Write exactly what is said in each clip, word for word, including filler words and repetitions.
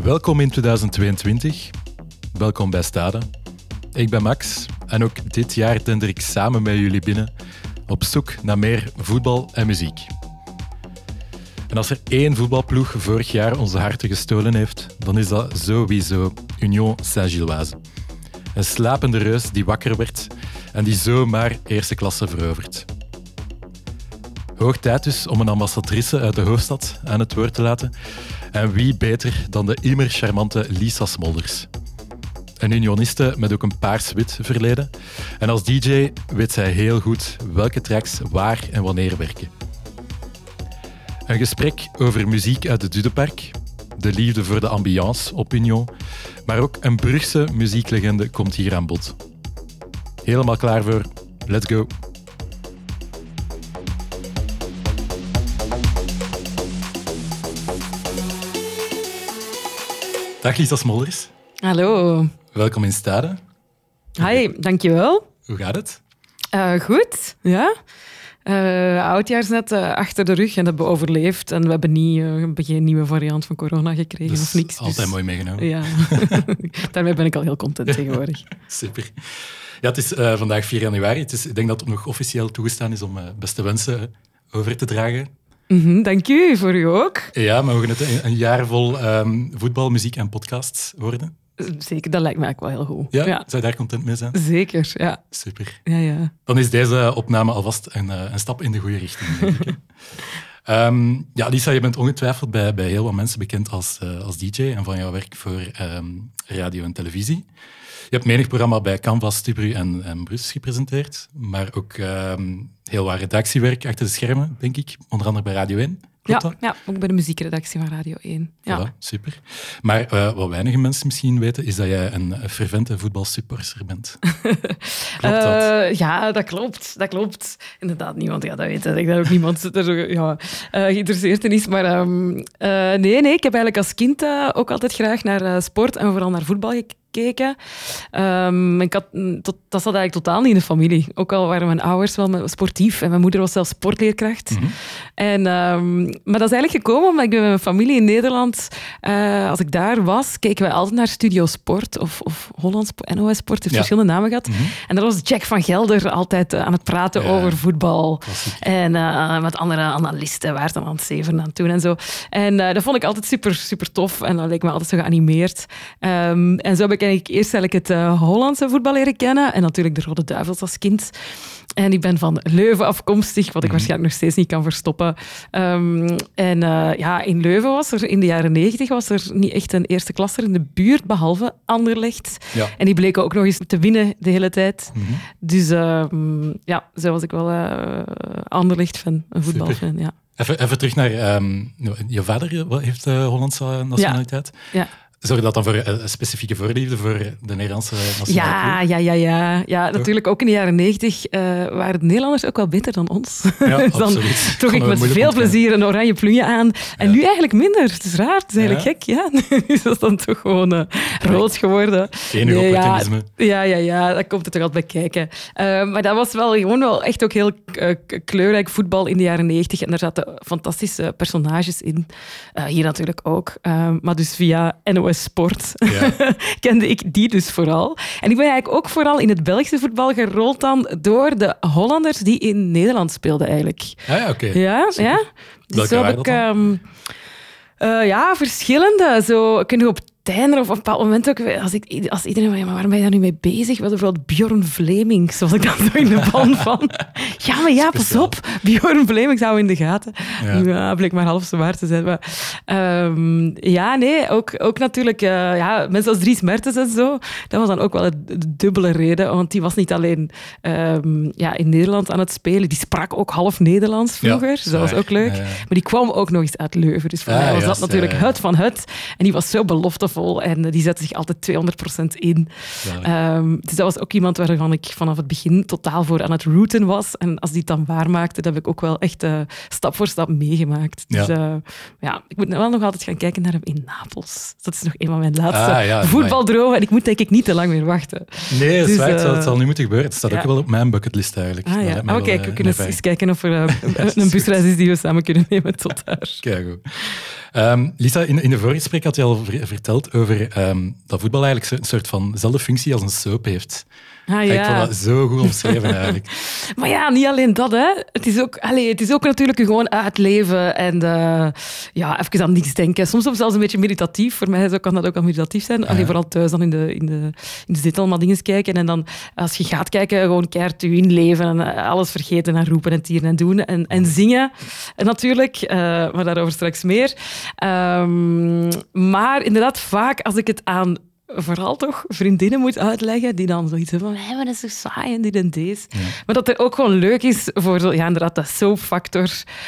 Welkom in tweeduizend tweeëntwintig. Welkom bij Stade. Ik ben Max en ook dit jaar dender ik samen met jullie binnen op zoek naar meer voetbal en muziek. En als er één voetbalploeg vorig jaar onze harten gestolen heeft, dan is dat sowieso Union Saint-Gilloise. Een slapende reus die wakker werd en die zomaar eerste klasse verovert. Hoog tijd dus om een ambassadrice uit de hoofdstad aan het woord te laten. En wie beter dan de immer charmante Lisa Smolders. Een unioniste met ook een paars-wit verleden. En als D J weet zij heel goed welke tracks waar en wanneer werken. Een gesprek over muziek uit het Dudepark, de liefde voor de ambiance op Union, maar ook een Brugse muzieklegende komt hier aan bod. Helemaal klaar voor? Let's go! Dag Lisa Smolders. Hallo. Welkom in Stade. Hi, dankjewel. Hoe gaat het? Uh, goed, ja. Uh, oudjaarsnet uh, achter de rug en dat hebben we overleefd. En we hebben, niet, uh, we hebben geen nieuwe variant van corona gekregen dus of niks. Altijd dus... mooi meegenomen. Ja, daarmee ben ik al heel content tegenwoordig. Super. Ja, het is uh, vandaag vier januari. Het is, ik denk dat het nog officieel toegestaan is om uh, beste wensen over te dragen. Mm-hmm, dank u, voor u ook. Ja, mogen het een, een jaar vol um, voetbal, muziek en podcasts worden? Zeker, dat lijkt me ook wel heel goed. Ja, ja. Zou je daar content mee zijn? Zeker, ja. Super. Ja, ja. Dan is deze opname alvast een, een stap in de goede richting, denk ik. um, ja, Lisa, je bent ongetwijfeld bij, bij heel wat mensen bekend als, uh, als D J en van jouw werk voor um, radio en televisie. Je hebt menig programma bij Canvas, Stubru en, en Brus gepresenteerd, maar ook um, heel wat redactiewerk achter de schermen, denk ik. Onder andere bij Radio één. Ja, ja, ook bij de muziekredactie van Radio één. Ja. Voilà, super. Maar uh, wat weinige mensen misschien weten, is dat jij een fervente voetbalsupporter bent. Klopt dat? Uh, ja, dat klopt. Dat klopt. Inderdaad, niemand gaat dat weten. Ik denk dat ook niemand er zo, ja, uh, geïnteresseerd in is. Maar um, uh, nee, nee, ik heb eigenlijk als kind uh, ook altijd graag naar uh, sport en vooral naar voetbal gekeken. Gekeken. Um, ik had, tot, dat zat eigenlijk totaal niet in de familie. Ook al waren mijn ouders wel sportief en mijn moeder was zelfs sportleerkracht. Mm-hmm. En, um, maar dat is eigenlijk gekomen omdat ik bij mijn familie in Nederland, uh, als ik daar was, keken wij altijd naar Studio Sport of, of Holland Sport, N O S Sport, heeft ja. verschillende namen gehad. Mm-hmm. En daar was Jack van Gelder altijd uh, aan het praten ja. over voetbal. Klassiek. En uh, met andere analisten waren dan aan het zeven aan het doen en zo. En uh, dat vond ik altijd super, super tof en dat leek me altijd zo geanimeerd. Um, en zo heb ik ik eerst eigenlijk het uh, Hollandse voetbal leren kennen en natuurlijk de Rode Duivels als kind. En ik ben van Leuven afkomstig, wat ik mm-hmm. waarschijnlijk nog steeds niet kan verstoppen. Um, en uh, ja, in Leuven was er in de jaren negentig was er niet echt een eerste klasser in de buurt, behalve Anderlecht. Ja. En die bleken ook nog eens te winnen de hele tijd. Mm-hmm. Dus uh, ja, zo was ik wel uh, Anderlecht-fan, een voetbalfan. Ja. Even, even terug naar um, je vader, wat heeft uh, Hollandse nationaliteit? Ja. ja. Zorg dat dan voor een specifieke voorliefde voor de Nederlandse nationale ja, ja, ja, ja, ja. Natuurlijk ook in de jaren negentig uh, waren de Nederlanders ook wel beter dan ons. Ja, dus dan absoluut. trok ik met veel ontgaan. plezier een oranje plunje aan. En ja. nu eigenlijk minder. Het is raar, het is eigenlijk ja. gek. Ja. Nu is dat dan toch gewoon uh, rood geworden. Enig nee, opportunisme. Ja, ja, ja, daar komt het toch altijd bij kijken. Uh, maar dat was wel gewoon wel echt ook heel uh, kleurrijk voetbal in de jaren negentig. En daar zaten fantastische personages in. Uh, hier natuurlijk ook. Uh, maar dus via N O S Sport ja. kende ik die dus vooral. En ik ben eigenlijk ook vooral in het Belgische voetbal gerold dan door de Hollanders die in Nederland speelden eigenlijk. Ah, ja, oké. Okay. Ja, ja. Dus zo heb ik... Um, uh, ja, verschillende. Zo kun je op Tijner of op een bepaald moment ook, als, ik, als iedereen van, ja, maar waar ben je daar nu mee bezig? Was er vooral Bjorn Vlemings, was ik dan zo in de ban van. Ja, maar ja, pas op, Bjorn Vlemings hou in de gaten. Ja, ja bleek maar half zo waar te zijn. Maar, um, ja, nee, ook, ook natuurlijk uh, ja, mensen als Dries Mertens en zo. Dat was dan ook wel een dubbele reden, want die was niet alleen um, ja, in Nederland aan het spelen, die sprak ook half Nederlands vroeger, ja, dat was ook leuk. Ja, ja. Maar die kwam ook nog eens uit Leuven, dus voor ja, mij was dat natuurlijk ja, ja. het van het. En die was zo beloftevol. En die zette zich altijd tweehonderd procent in. Um, dus dat was ook iemand waarvan ik vanaf het begin totaal voor aan het rooten was. En als die het dan waarmaakte, dat heb ik ook wel echt uh, stap voor stap meegemaakt. Dus ja. Uh, ja, ik moet wel nog altijd gaan kijken naar hem in Napels. Dat is nog een van mijn laatste ah, ja, voetbaldromen. En ik moet denk ik niet te lang meer wachten. Nee, dat is dus, waar. Uh, het, zal, het zal nu moeten gebeuren. Het staat ja. ook wel op mijn bucketlist eigenlijk. Ah, ja. Maar oh, kijk, we kunnen eens kijken of er uh, een busreis is die we samen kunnen nemen tot daar. Kijk goed. Um, Lisa, in, in de vorige gesprek had je al ver, verteld over um, dat voetbal eigenlijk een soort van dezelfde functie als een soap heeft. Ah, ja. Ik vond dat zo goed omschreven eigenlijk. Maar ja, niet alleen dat, hè. Het is ook, allez, het is ook natuurlijk gewoon uitleven en uh, ja, even aan niks denken. Soms zelfs een beetje meditatief. Voor mij kan dat ook al meditatief zijn. Alleen vooral thuis dan in de, in de, in de zetel maar dingen kijken. En dan, als je gaat kijken, gewoon keihard je inleven en alles vergeten en roepen en tieren en doen. En, en zingen, en natuurlijk. Uh, maar daarover straks meer. Um, maar inderdaad, vaak als ik het aan vooral toch vriendinnen moet uitleggen die dan zoiets hebben van, hé, maar dat is zo saai en dit en deze. Ja. Maar dat het ook gewoon leuk is voor zo, ja, inderdaad, dat soapfactor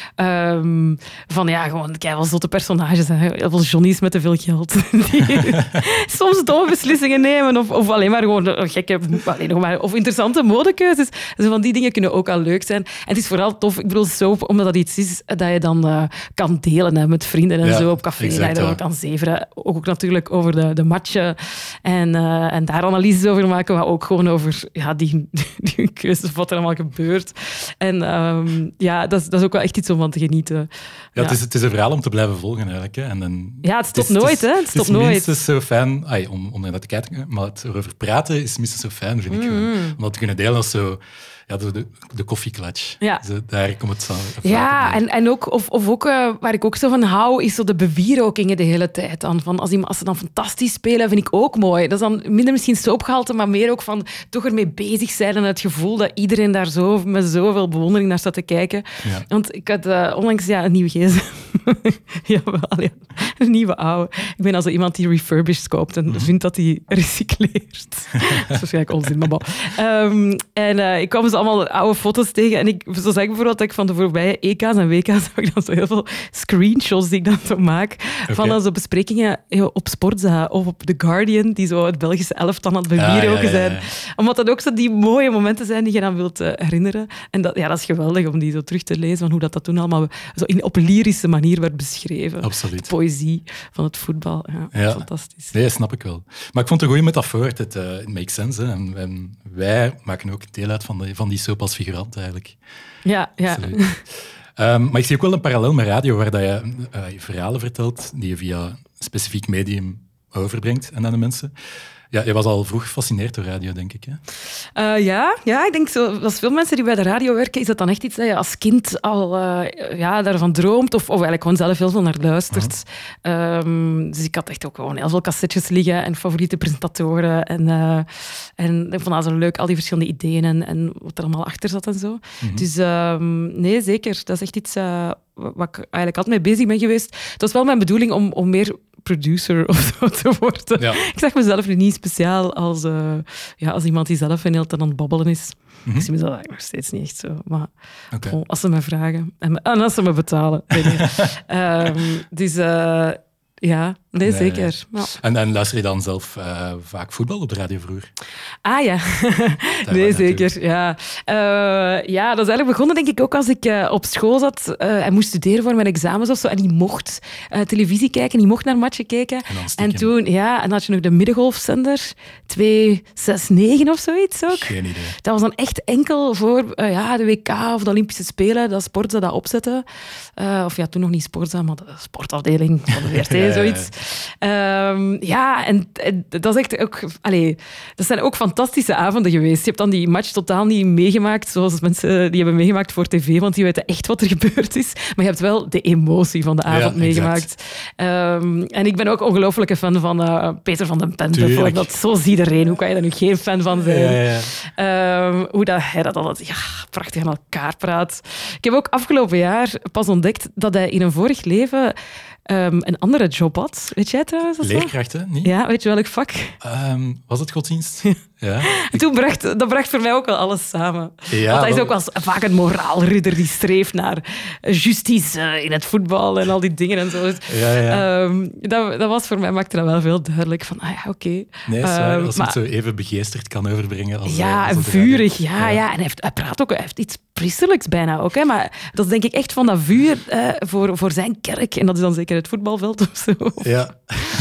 um, van, ja, gewoon, kijk, wel zotte personages en heel veel Johnny's met te veel geld die soms domme beslissingen nemen of, of alleen maar gewoon gekke, alleen nog maar, of interessante modekeuzes. Dus van die dingen kunnen ook al leuk zijn. En het is vooral tof, ik bedoel, soap, omdat dat iets is dat je dan uh, kan delen hè, met vrienden en ja, zo op café, exact, dat je erover kan zeveren. Ook, ook natuurlijk over de, de matchen. En, uh, en daar analyses over maken, maar ook gewoon over ja, die, die keuzes, wat er allemaal gebeurt. En um, ja, dat is, dat is ook wel echt iets om van te genieten. Ja, ja. Het, is, het is een verhaal om te blijven volgen eigenlijk. Hè. En, en, ja, het stopt nooit, hè. Het stopt nooit. Het is minstens zo fijn, ay, om, om naar dat te kijken, maar het erover praten is minstens zo fijn, vind ik. Mm. Gewoon. Om dat te kunnen delen als zo... Ja, de, de, de koffieklatsch. Ja. Dus daar komt het zo. Ja, en, en ook, of, of ook uh, waar ik ook zo van hou, is zo de bewierokingen de hele tijd. Dan. Van als, die, als ze dan fantastisch spelen, vind ik ook mooi. Dat is dan minder misschien soapgehalte, maar meer ook van toch ermee bezig zijn en het gevoel dat iedereen daar zo met zoveel bewondering naar staat te kijken. Ja. Want ik had uh, onlangs ja, een nieuwe gsm. ja, wel, ja, een nieuwe oude. Ik ben also iemand die refurbished koopt en mm-hmm. vindt dat hij recycleert. dat is waarschijnlijk onzin, maar bon. Um, en uh, ik kwam allemaal oude foto's tegen. En ik, zo zeg ik bijvoorbeeld dat ik van de voorbije E K's en W K's heb ik dan zo heel veel screenshots die ik dan zo maak. Okay. Van dan zo besprekingen op Sportza of op The Guardian, die zo het Belgische elftal aan het bewieroken ah, ja, ja, ja. zijn. Omdat dat ook zo die mooie momenten zijn die je dan wilt uh, herinneren. En dat, ja, dat is geweldig om die zo terug te lezen, van hoe dat, dat toen allemaal zo in, op lyrische manier werd beschreven. Absoluut. De poëzie van het voetbal. Ja, ja. Fantastisch. Nee, snap ik wel. Maar ik vond het een goede metafoor. Het uh, makes sense. Hè. En, en wij maken ook deel uit van, de, van die soap als figurant eigenlijk. Ja, ja. um, maar ik zie ook wel een parallel met radio, waar dat je uh, verhalen vertelt die je via een specifiek medium overbrengt en aan de mensen. Ja, je was al vroeg gefascineerd door radio, denk ik. Hè? Uh, ja, ja, ik denk zo, als veel mensen die bij de radio werken, is dat dan echt iets dat je als kind al uh, ja, daarvan droomt of, of eigenlijk gewoon zelf heel veel naar luistert. Uh-huh. Um, dus ik had echt ook gewoon heel veel cassettes liggen en favoriete presentatoren. En, uh, en ik vond dat zo leuk, al die verschillende ideeën en, en wat er allemaal achter zat en zo. Uh-huh. Dus um, nee, zeker. Dat is echt iets uh, waar ik eigenlijk altijd mee bezig ben geweest. Het was wel mijn bedoeling om, om meer producer of zo te worden. Ja. Ik zag mezelf nu niet speciaal als, uh, ja, als iemand die zelf een hele tijd aan het babbelen is. Mm-hmm. Ik zie mezelf nog steeds niet echt zo. Maar okay. Bon, als ze me vragen en, me, en als ze me betalen. um, dus uh, ja, nee, nee zeker. Nee. Ja. En, en luister je dan zelf uh, vaak voetbal op de radio vroeger? Ah ja, nee zeker. Ja. Uh, ja, dat is eigenlijk begonnen denk ik ook als ik uh, op school zat uh, en moest studeren voor mijn examens of zo. En die mocht uh, televisie kijken, die mocht naar matchen kijken. En, en toen, ja, en dan had je nog de middengolfzender, twee zes negen of zoiets ook. Geen idee. Dat was dan echt enkel voor uh, ja, de W K of de Olympische Spelen, dat Sportza dat opzette. Uh, of ja, toen nog niet Sportza, maar de sportafdeling van de V R T, ja, zoiets. Um, ja, en, en dat is echt ook... Allee, dat zijn ook fantastische avonden geweest. Je hebt dan die match totaal niet meegemaakt, zoals mensen die hebben meegemaakt voor tv, want die weten echt wat er gebeurd is. Maar je hebt wel de emotie van de avond ja, meegemaakt. Um, en ik ben ook ongelooflijke fan van uh, Peter van den Pen. Dat zo ziet iedereen. Hoe kan je daar nu geen fan van zijn? Ja, ja. Um, hoe dat hij dat altijd ja, prachtig aan elkaar praat. Ik heb ook afgelopen jaar pas ontdekt dat hij in een vorig leven Um, een andere job had. Weet jij trouwens? Leerkracht, hè? Niet? Ja, weet je welk vak? Um, was het godsdienst? Ja. En toen bracht, dat bracht voor mij ook wel alles samen. Ja, Want hij is ook wel vaak een moraalridder die streeft naar justitie in het voetbal en al die dingen en zo. Ja, ja. Um, dat, dat was voor mij, maakte dat wel veel duidelijk van, ah ja, oké. Okay. Nee, is waar, als um, het zo even begeesterd kan overbrengen. Als, ja, als en vurig, ja, ja. ja. En hij, heeft, hij praat ook, hij heeft iets priesterlijks bijna ook. Hè. Maar dat is denk ik echt van dat vuur uh, voor, voor zijn kerk. En dat is dan zeker het voetbalveld of zo. Ja.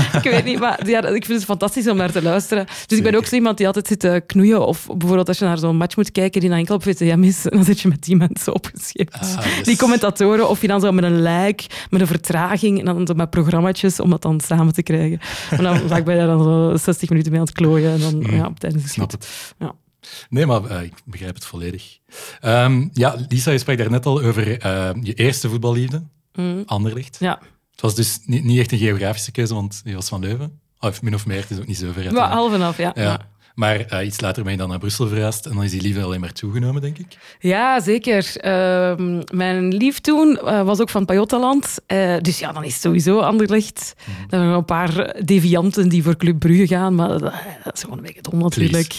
ik weet niet, maar ja, ik vind het fantastisch om naar te luisteren. Dus Zeker. Ik ben ook zo iemand die altijd zit te knoeien. Of bijvoorbeeld als je naar zo'n match moet kijken die dan enkel op V T M is, dan zit je met die mensen opgescheept. Ah, yes. Die commentatoren, of je dan zo met een like, met een vertraging, en dan zo met programmaatjes om dat dan samen te krijgen. En dan vaak ben je dan zo zestig minuten mee aan het klooien. En dan, mm. ja, op tijdens Snap het. Ja. Nee, maar uh, ik begrijp het volledig. Um, ja, Lisa, je sprak daarnet al over uh, je eerste voetballiefde, mm. Anderlecht. Ja. Het was dus niet, niet echt een geografische keuze, want je was van Leuven. Of min of meer, het is ook niet zo ver. Ja, half en half, ja. ja. ja. Maar uh, iets later ben je dan naar Brussel verhuisd en dan is die liefde alleen maar toegenomen, denk ik. Ja, zeker. Uh, mijn lief toen uh, was ook van Pajottenland. Uh, dus ja, dan is het sowieso Anderlecht. Mm-hmm. Dan hebben we een paar devianten die voor Club Brugge gaan, maar dat, dat is gewoon een beetje dom natuurlijk.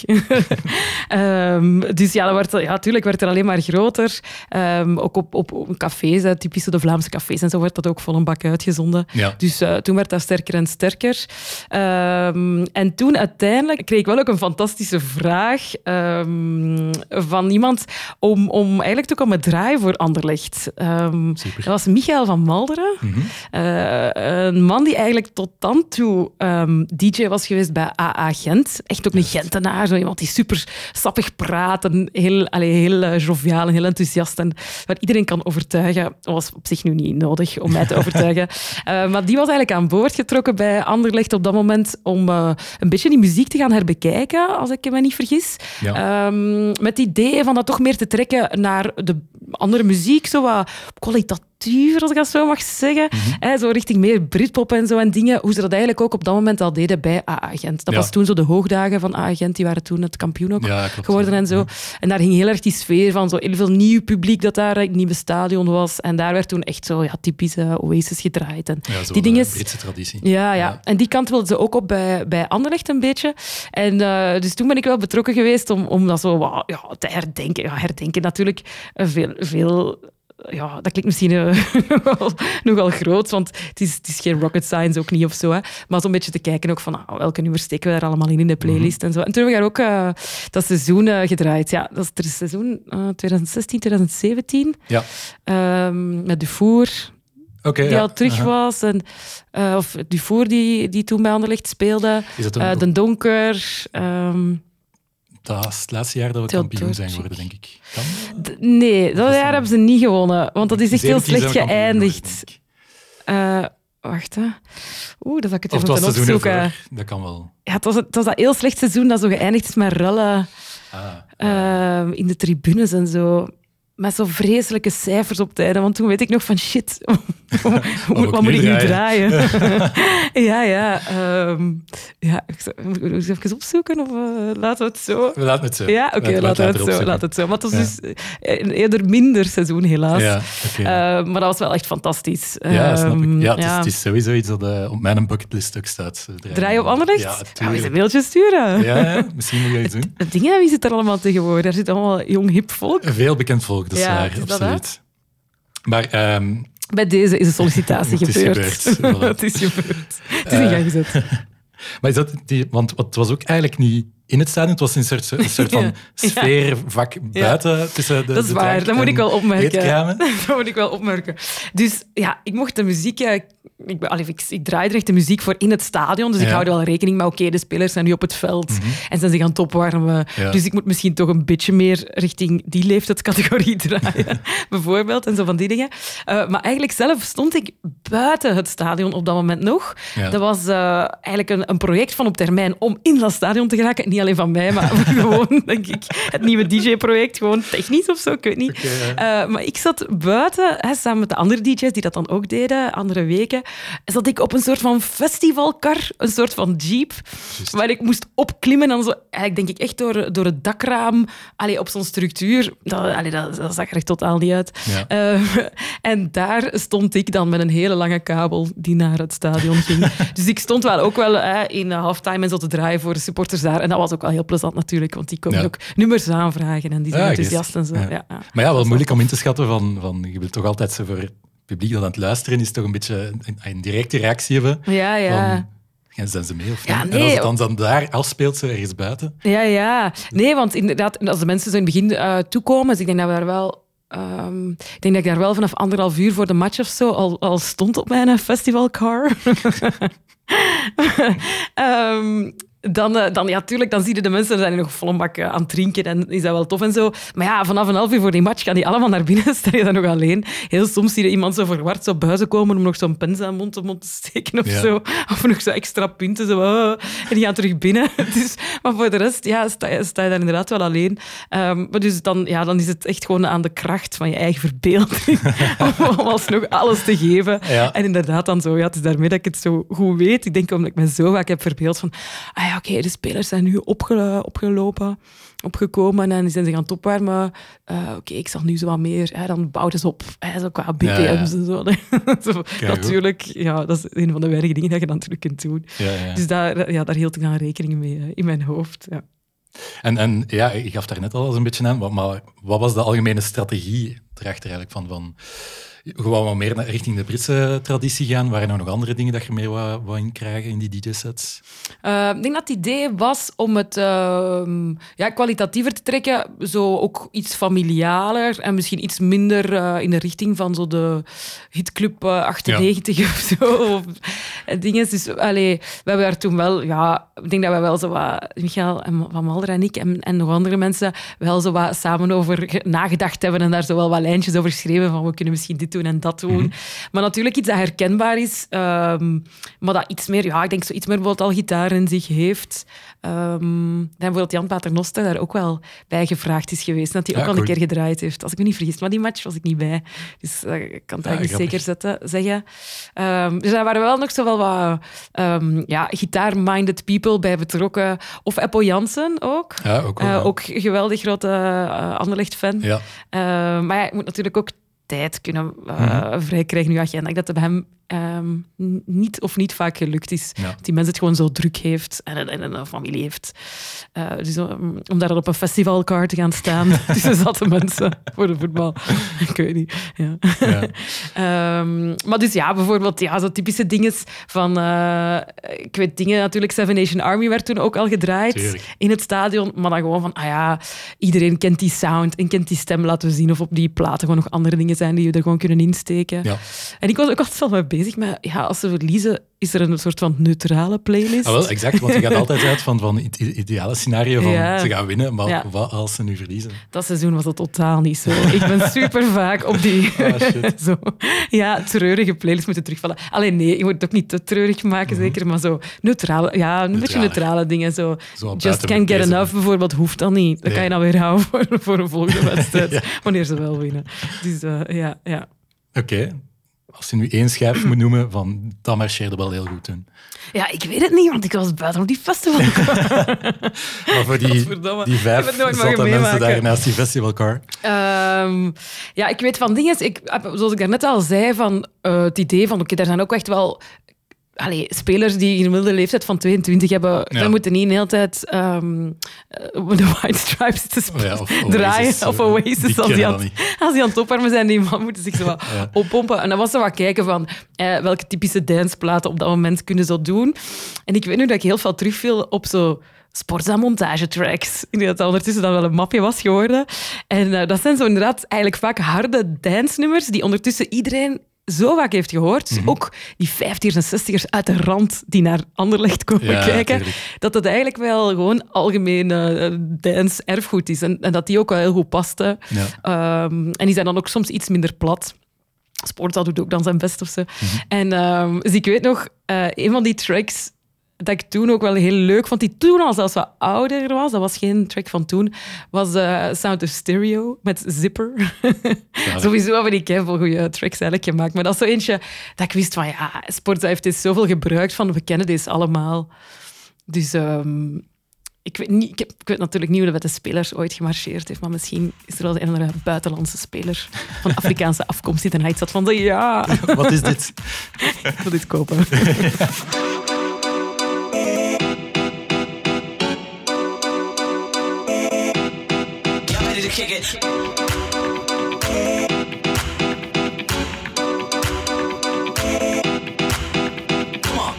um, dus ja, dat werd, ja, tuurlijk werd er alleen maar groter. Um, ook op, op, op cafés, hè, typische de Vlaamse cafés en zo, werd dat ook vol een bak uitgezonden. Ja. Dus uh, toen werd dat sterker en sterker. Um, en toen uiteindelijk kreeg ik wel ook een fantastische vraag um, van iemand om, om eigenlijk te komen draaien voor Anderlecht. Um, dat was Michael van Malderen. Mm-hmm. Uh, een man die eigenlijk tot dan toe um, D J was geweest bij A A Gent. Echt ook een Gentenaar, zo iemand die super sappig praat en heel, allee, heel uh, joviaal en heel enthousiast en waar iedereen kan overtuigen. Dat was op zich nu niet nodig om mij te overtuigen. Uh, maar die was eigenlijk aan boord getrokken bij Anderlecht op dat moment om uh, een beetje die muziek te gaan herbekijken, als ik me niet vergis. Ja. Um, met het idee van dat toch meer te trekken naar de andere muziek, zo wat kwalitatiever, als ik dat zo mag zeggen. Mm-hmm. He, zo richting meer Britpop en zo en dingen. Hoe ze dat eigenlijk ook op dat moment al deden bij A A Gent. Dat ja. was toen zo de hoogdagen van A A Gent. Die waren toen het kampioen ook ja, geworden en zo. Ja. En daar ging heel erg die sfeer van zo heel veel nieuw publiek dat daar in het nieuwe stadion was. En daar werd toen echt zo ja, typische Oasis gedraaid. En ja, zo die dingen. Britse traditie. Ja, ja, ja. En die kant wilden ze ook op bij, bij Anderlecht een beetje. En uh, dus toen ben ik wel betrokken geweest om, om dat zo wow, ja, te herdenken. Ja, herdenken natuurlijk veel... veel ja, dat klinkt misschien uh, nogal, nogal groot, want het is, het is geen rocket science, ook niet of zo. Hè. Maar zo'n beetje te kijken ook van nou, welke nummers steken we daar allemaal in in de playlist mm-hmm. en zo. En toen hebben we daar ook uh, dat seizoen uh, gedraaid. Ja, dat is het seizoen uh, twintig zestien twintig zeventien. Ja. Um, met Dufour. Okay, die ja. al terug uh-huh. was. En, uh, of Dufour die, die toen bij Anderlecht speelde. Een... Uh, Den Donker. Um, Dat is het laatste jaar dat we kampioen zijn geworden, denk ik. Kan? D- nee, dat, dat jaar hebben ze niet gewonnen. Want dat is echt heel slecht geëindigd. Uh, wacht, hè. Oeh, dat zal ik het even moeten opzoeken. Ervoor. Dat kan wel. Ja, het, was, het was dat heel slecht seizoen dat zo geëindigd is met rellen ah, uh, in de tribunes en zo. Met zo vreselijke cijfers op het einde. Want toen weet ik nog van shit, wat, wat moet ik nu draaien? ja, ja. Um, ja moet ik eens even opzoeken? Of uh, laten we het zo? We laten het zo. Ja, oké, okay, laten we het zo. Laten het zo. Maar het was ja. dus een eerder minder seizoen, helaas. Ja, okay. uh, maar dat was wel echt fantastisch. Ja, um, snap ik. Ja, het, ja. Is, het is sowieso iets dat uh, op mijn bucketlist ook staat. Draaien, draaien op Anderlecht? Ja, gaan we eens een mailtje sturen? Ja, ja, misschien moet je iets doen. Het ding, wie zit er allemaal tegenwoordig? Daar zit allemaal jong, hip volk. Veel bekend volk. Dat is ja, waar, is absoluut. Dat, maar, um, bij deze is de sollicitatie gebeurd. Het is gebeurd. het is gebeurd. Het is in gang gezet. Maar is dat die, want het was ook eigenlijk niet in het stadion, het was een soort, een soort van ja. sfeervak buiten ja. tussen de Dat is de waar, dat moet ik wel opmerken. Dat moet ik wel opmerken. Dus ja, ik mocht de muziek... Ik, allee, ik, ik draaide echt de muziek voor in het stadion, dus ja. ik hou er wel rekening mee. Oké, okay, de spelers zijn nu op het veld mm-hmm. en zijn zich aan het opwarmen. Ja. Dus ik moet misschien toch een beetje meer richting die leeftijdscategorie draaien. Bijvoorbeeld, en zo van die dingen. Uh, maar eigenlijk zelf stond ik buiten het stadion op dat moment nog. Ja. Dat was uh, eigenlijk een, een project van op termijn om in dat stadion te geraken. Niet alleen van mij, maar gewoon, denk ik, het nieuwe D J-project. Gewoon technisch of zo, ik weet niet. Okay, ja. uh, maar ik zat buiten, hè, samen met de andere D J's die dat dan ook deden, andere weken, zat ik op een soort van festivalkar, een soort van jeep, Just. waar ik moest opklimmen en zo, eigenlijk denk ik echt door, door het dakraam, allee, op zo'n structuur. Dat, allee, dat, dat zag er echt totaal niet uit. Ja. Uh, en daar stond ik dan met een hele lange kabel die naar het stadion ging. Dus ik stond wel ook wel uh, in halftime en zo te draaien voor de supporters daar. En dat was ook wel heel plezant natuurlijk, want die komen ja. ook nummers aanvragen en die zijn ja, enthousiast en zo. Ja. Ja, ja. Maar ja, wel moeilijk om in te schatten van, van je wilt toch altijd zo voor het publiek dat aan het luisteren is, toch een beetje een, een directe reactie hebben. Ja, ja. Van, gaan zijn ze mee of niet? Ja, nee. En als het dan, dan daar afspeelt, zo ergens buiten. Ja, ja. Nee, want inderdaad, als de mensen zo in het begin uh, toekomen, dus ik denk dat we daar wel... Um, ik denk dat ik daar wel vanaf anderhalf uur voor de match of zo al, al stond op mijn festivalcar. um, Dan, uh, dan, ja, tuurlijk, dan zie je de mensen zijn nog volle bak uh, aan het drinken en is dat wel tof en zo. Maar ja, vanaf een half uur voor die match gaan die allemaal naar binnen, sta je dan nog alleen. Heel soms zie je iemand zo verward zo buiten komen om nog zo'n pens aan mond, mond te steken of ja. zo. Of nog zo extra punten, zo, uh, en die gaan terug binnen. Dus, maar voor de rest ja, sta, je, sta je daar inderdaad wel alleen. Um, maar dus dan, ja, dan is het echt gewoon aan de kracht van je eigen verbeelding om, om alsnog alles te geven. Ja. En inderdaad dan zo, ja, het is daarmee dat ik het zo goed weet. Ik denk omdat ik me zo vaak heb verbeeld van... Ah ja, oké, okay, de spelers zijn nu opge- opgelopen, opgekomen en die zijn zich aan het opwarmen. Uh, oké, okay, ik zal nu zo wat meer... Hè, dan bouwt het op, hè, zo qua B P M's ja, ja. en zo. zo natuurlijk, ja, dat is een van de weinige dingen dat je dan terug kunt doen. Ja, ja. Dus daar, ja, daar hield ik dan rekening mee uh, in mijn hoofd. Ja. En, en ja, ik gaf daar net al eens een beetje aan, maar wat was de algemene strategie erachter eigenlijk van... van gewoon wat meer naar, richting de Britse traditie gaan? Waren er nog andere dingen dat je meer wat, wat in krijgen in die D J-sets? Uh, ik denk dat het idee was om het uh, ja, kwalitatiever te trekken. Zo ook iets familialer en misschien iets minder uh, in de richting van zo de hitclub uh, achtennegentig ja. of zo. Of, dingen. Dus allee, we hebben daar toen wel... Ja, ik denk dat we wel zo wat... Michael en Van Malder en ik en, en nog andere mensen wel zo wat samen over nagedacht hebben en daar zo wel wat lijntjes over geschreven van we kunnen misschien dit doen en dat doen. Mm-hmm. Maar natuurlijk iets dat herkenbaar is, um, maar dat iets meer, ja, ik denk zo iets meer bijvoorbeeld al gitaar in zich heeft. Um, en bijvoorbeeld Jan Paternoster daar ook wel bij gevraagd is geweest, dat hij ja, ook al cool. een keer gedraaid heeft. Als ik me niet vergis, maar die match was ik niet bij. Dus uh, ik kan het ja, eigenlijk zeker zetten, zeggen. Um, dus daar waren wel nog zo wel wat um, ja, gitaar-minded people bij betrokken. Of Eppo Jansen ook. Ja, ook, wel, uh, ja. ook geweldig grote uh, Anderlecht-fan. Ja. Uh, maar ja, je moet natuurlijk ook tijd kunnen uh, mm-hmm. vrijkrijgen in uw agenda. Dat het bij hem um, niet of niet vaak gelukt is. Ja. Dat die mensen het gewoon zo druk heeft en, en een familie heeft. Uh, dus um, om daar op een festivalcar te gaan staan tussen zatte mensen voor de voetbal. Ik weet niet. Ja. Ja. um, maar dus ja, bijvoorbeeld ja, zo typische dingen van... Uh, ik weet dingen, natuurlijk Seven Nation Army werd toen ook al gedraaid Tuurlijk. in het stadion. Maar dan gewoon van, ah ja, iedereen kent die sound en kent die stem, laten we zien of op die platen gewoon nog andere dingen zijn die je er gewoon kunnen insteken. Ja. En ik was ook altijd wel mee bezig met, ja, als ze verliezen, is er een soort van neutrale playlist. Ah, wel, exact, want je gaat altijd uit van, van het ideale scenario van ja. ze gaan winnen, maar ja. wat als ze nu verliezen? Dat seizoen was dat totaal niet zo. Ik ben super vaak op die oh, zo, ja, treurige playlist moeten terugvallen. Alleen nee, je moet het ook niet te treurig maken, mm-hmm. zeker, maar zo neutrale, ja, een neutrale. beetje neutrale dingen. Zo. Zo Just Can't Get Enough bijvoorbeeld hoeft dan niet. Dat nee. kan je dan weer houden voor, voor een volgende wedstrijd, ja. wanneer ze wel winnen. Dus uh, ja, ja. Oké. Okay. Als je nu één schijf moet noemen, van, dat marcheerde wel heel goed toen. Ja, ik weet het niet, want ik was buiten op die festival. Maar voor die, die vijf zatte mensen daar naast die festivalcar? Um, ja, ik weet van dingen... Ik, zoals ik daarnet al zei, van, uh, het idee van... Oké, okay, daar zijn ook echt wel... Allee, spelers die een gemiddelde leeftijd van tweeëntwintig hebben, ja. dan moeten niet de hele tijd um, de White Stripes te sp- oh ja, of draaien. Oasis, of Oasis. Als die, aan, als die aan het opwarmen zijn, die man moeten zich zo wat ja. oppompen. En dan was ze wat kijken van eh, welke typische danceplaten op dat moment kunnen ze doen. En ik weet nu dat ik heel veel terugviel op zo... Sportza-montagetracks. Ik denk dat dat ondertussen dan wel een mapje was geworden. En uh, dat zijn zo inderdaad eigenlijk vaak harde dance-nummers die ondertussen iedereen zo vaak heeft gehoord. Mm-hmm. Ook die vijftigers en zestigers uit de rand die naar Anderlecht komen ja, kijken. Tuurlijk. Dat het eigenlijk wel gewoon algemeen uh, dance-erfgoed is. En, en dat die ook wel heel goed paste. Ja. Um, en die zijn dan ook soms iets minder plat. Sportza doet ook dan zijn best of zo. Mm-hmm. En um, dus ik weet nog, uh, een van die tracks dat ik toen ook wel heel leuk vond, die toen al zelfs wat ouder was, dat was geen track van toen, was uh, Sound of Stereo met Zipper. Ja, sowieso hebben die keiveel goede tracks eigenlijk gemaakt. Maar dat is zo eentje dat ik wist van, ja, Sportza heeft dit zoveel gebruikt van, we kennen deze allemaal. Dus um, ik, weet niet, ik, heb, ik weet natuurlijk niet hoe dat met de spelers ooit gemarcheerd heeft, maar misschien is er wel een andere buitenlandse speler van Afrikaanse afkomst die eruit zat van, ja... Wat is dit? Ik wil dit kopen. Kick it. Come on.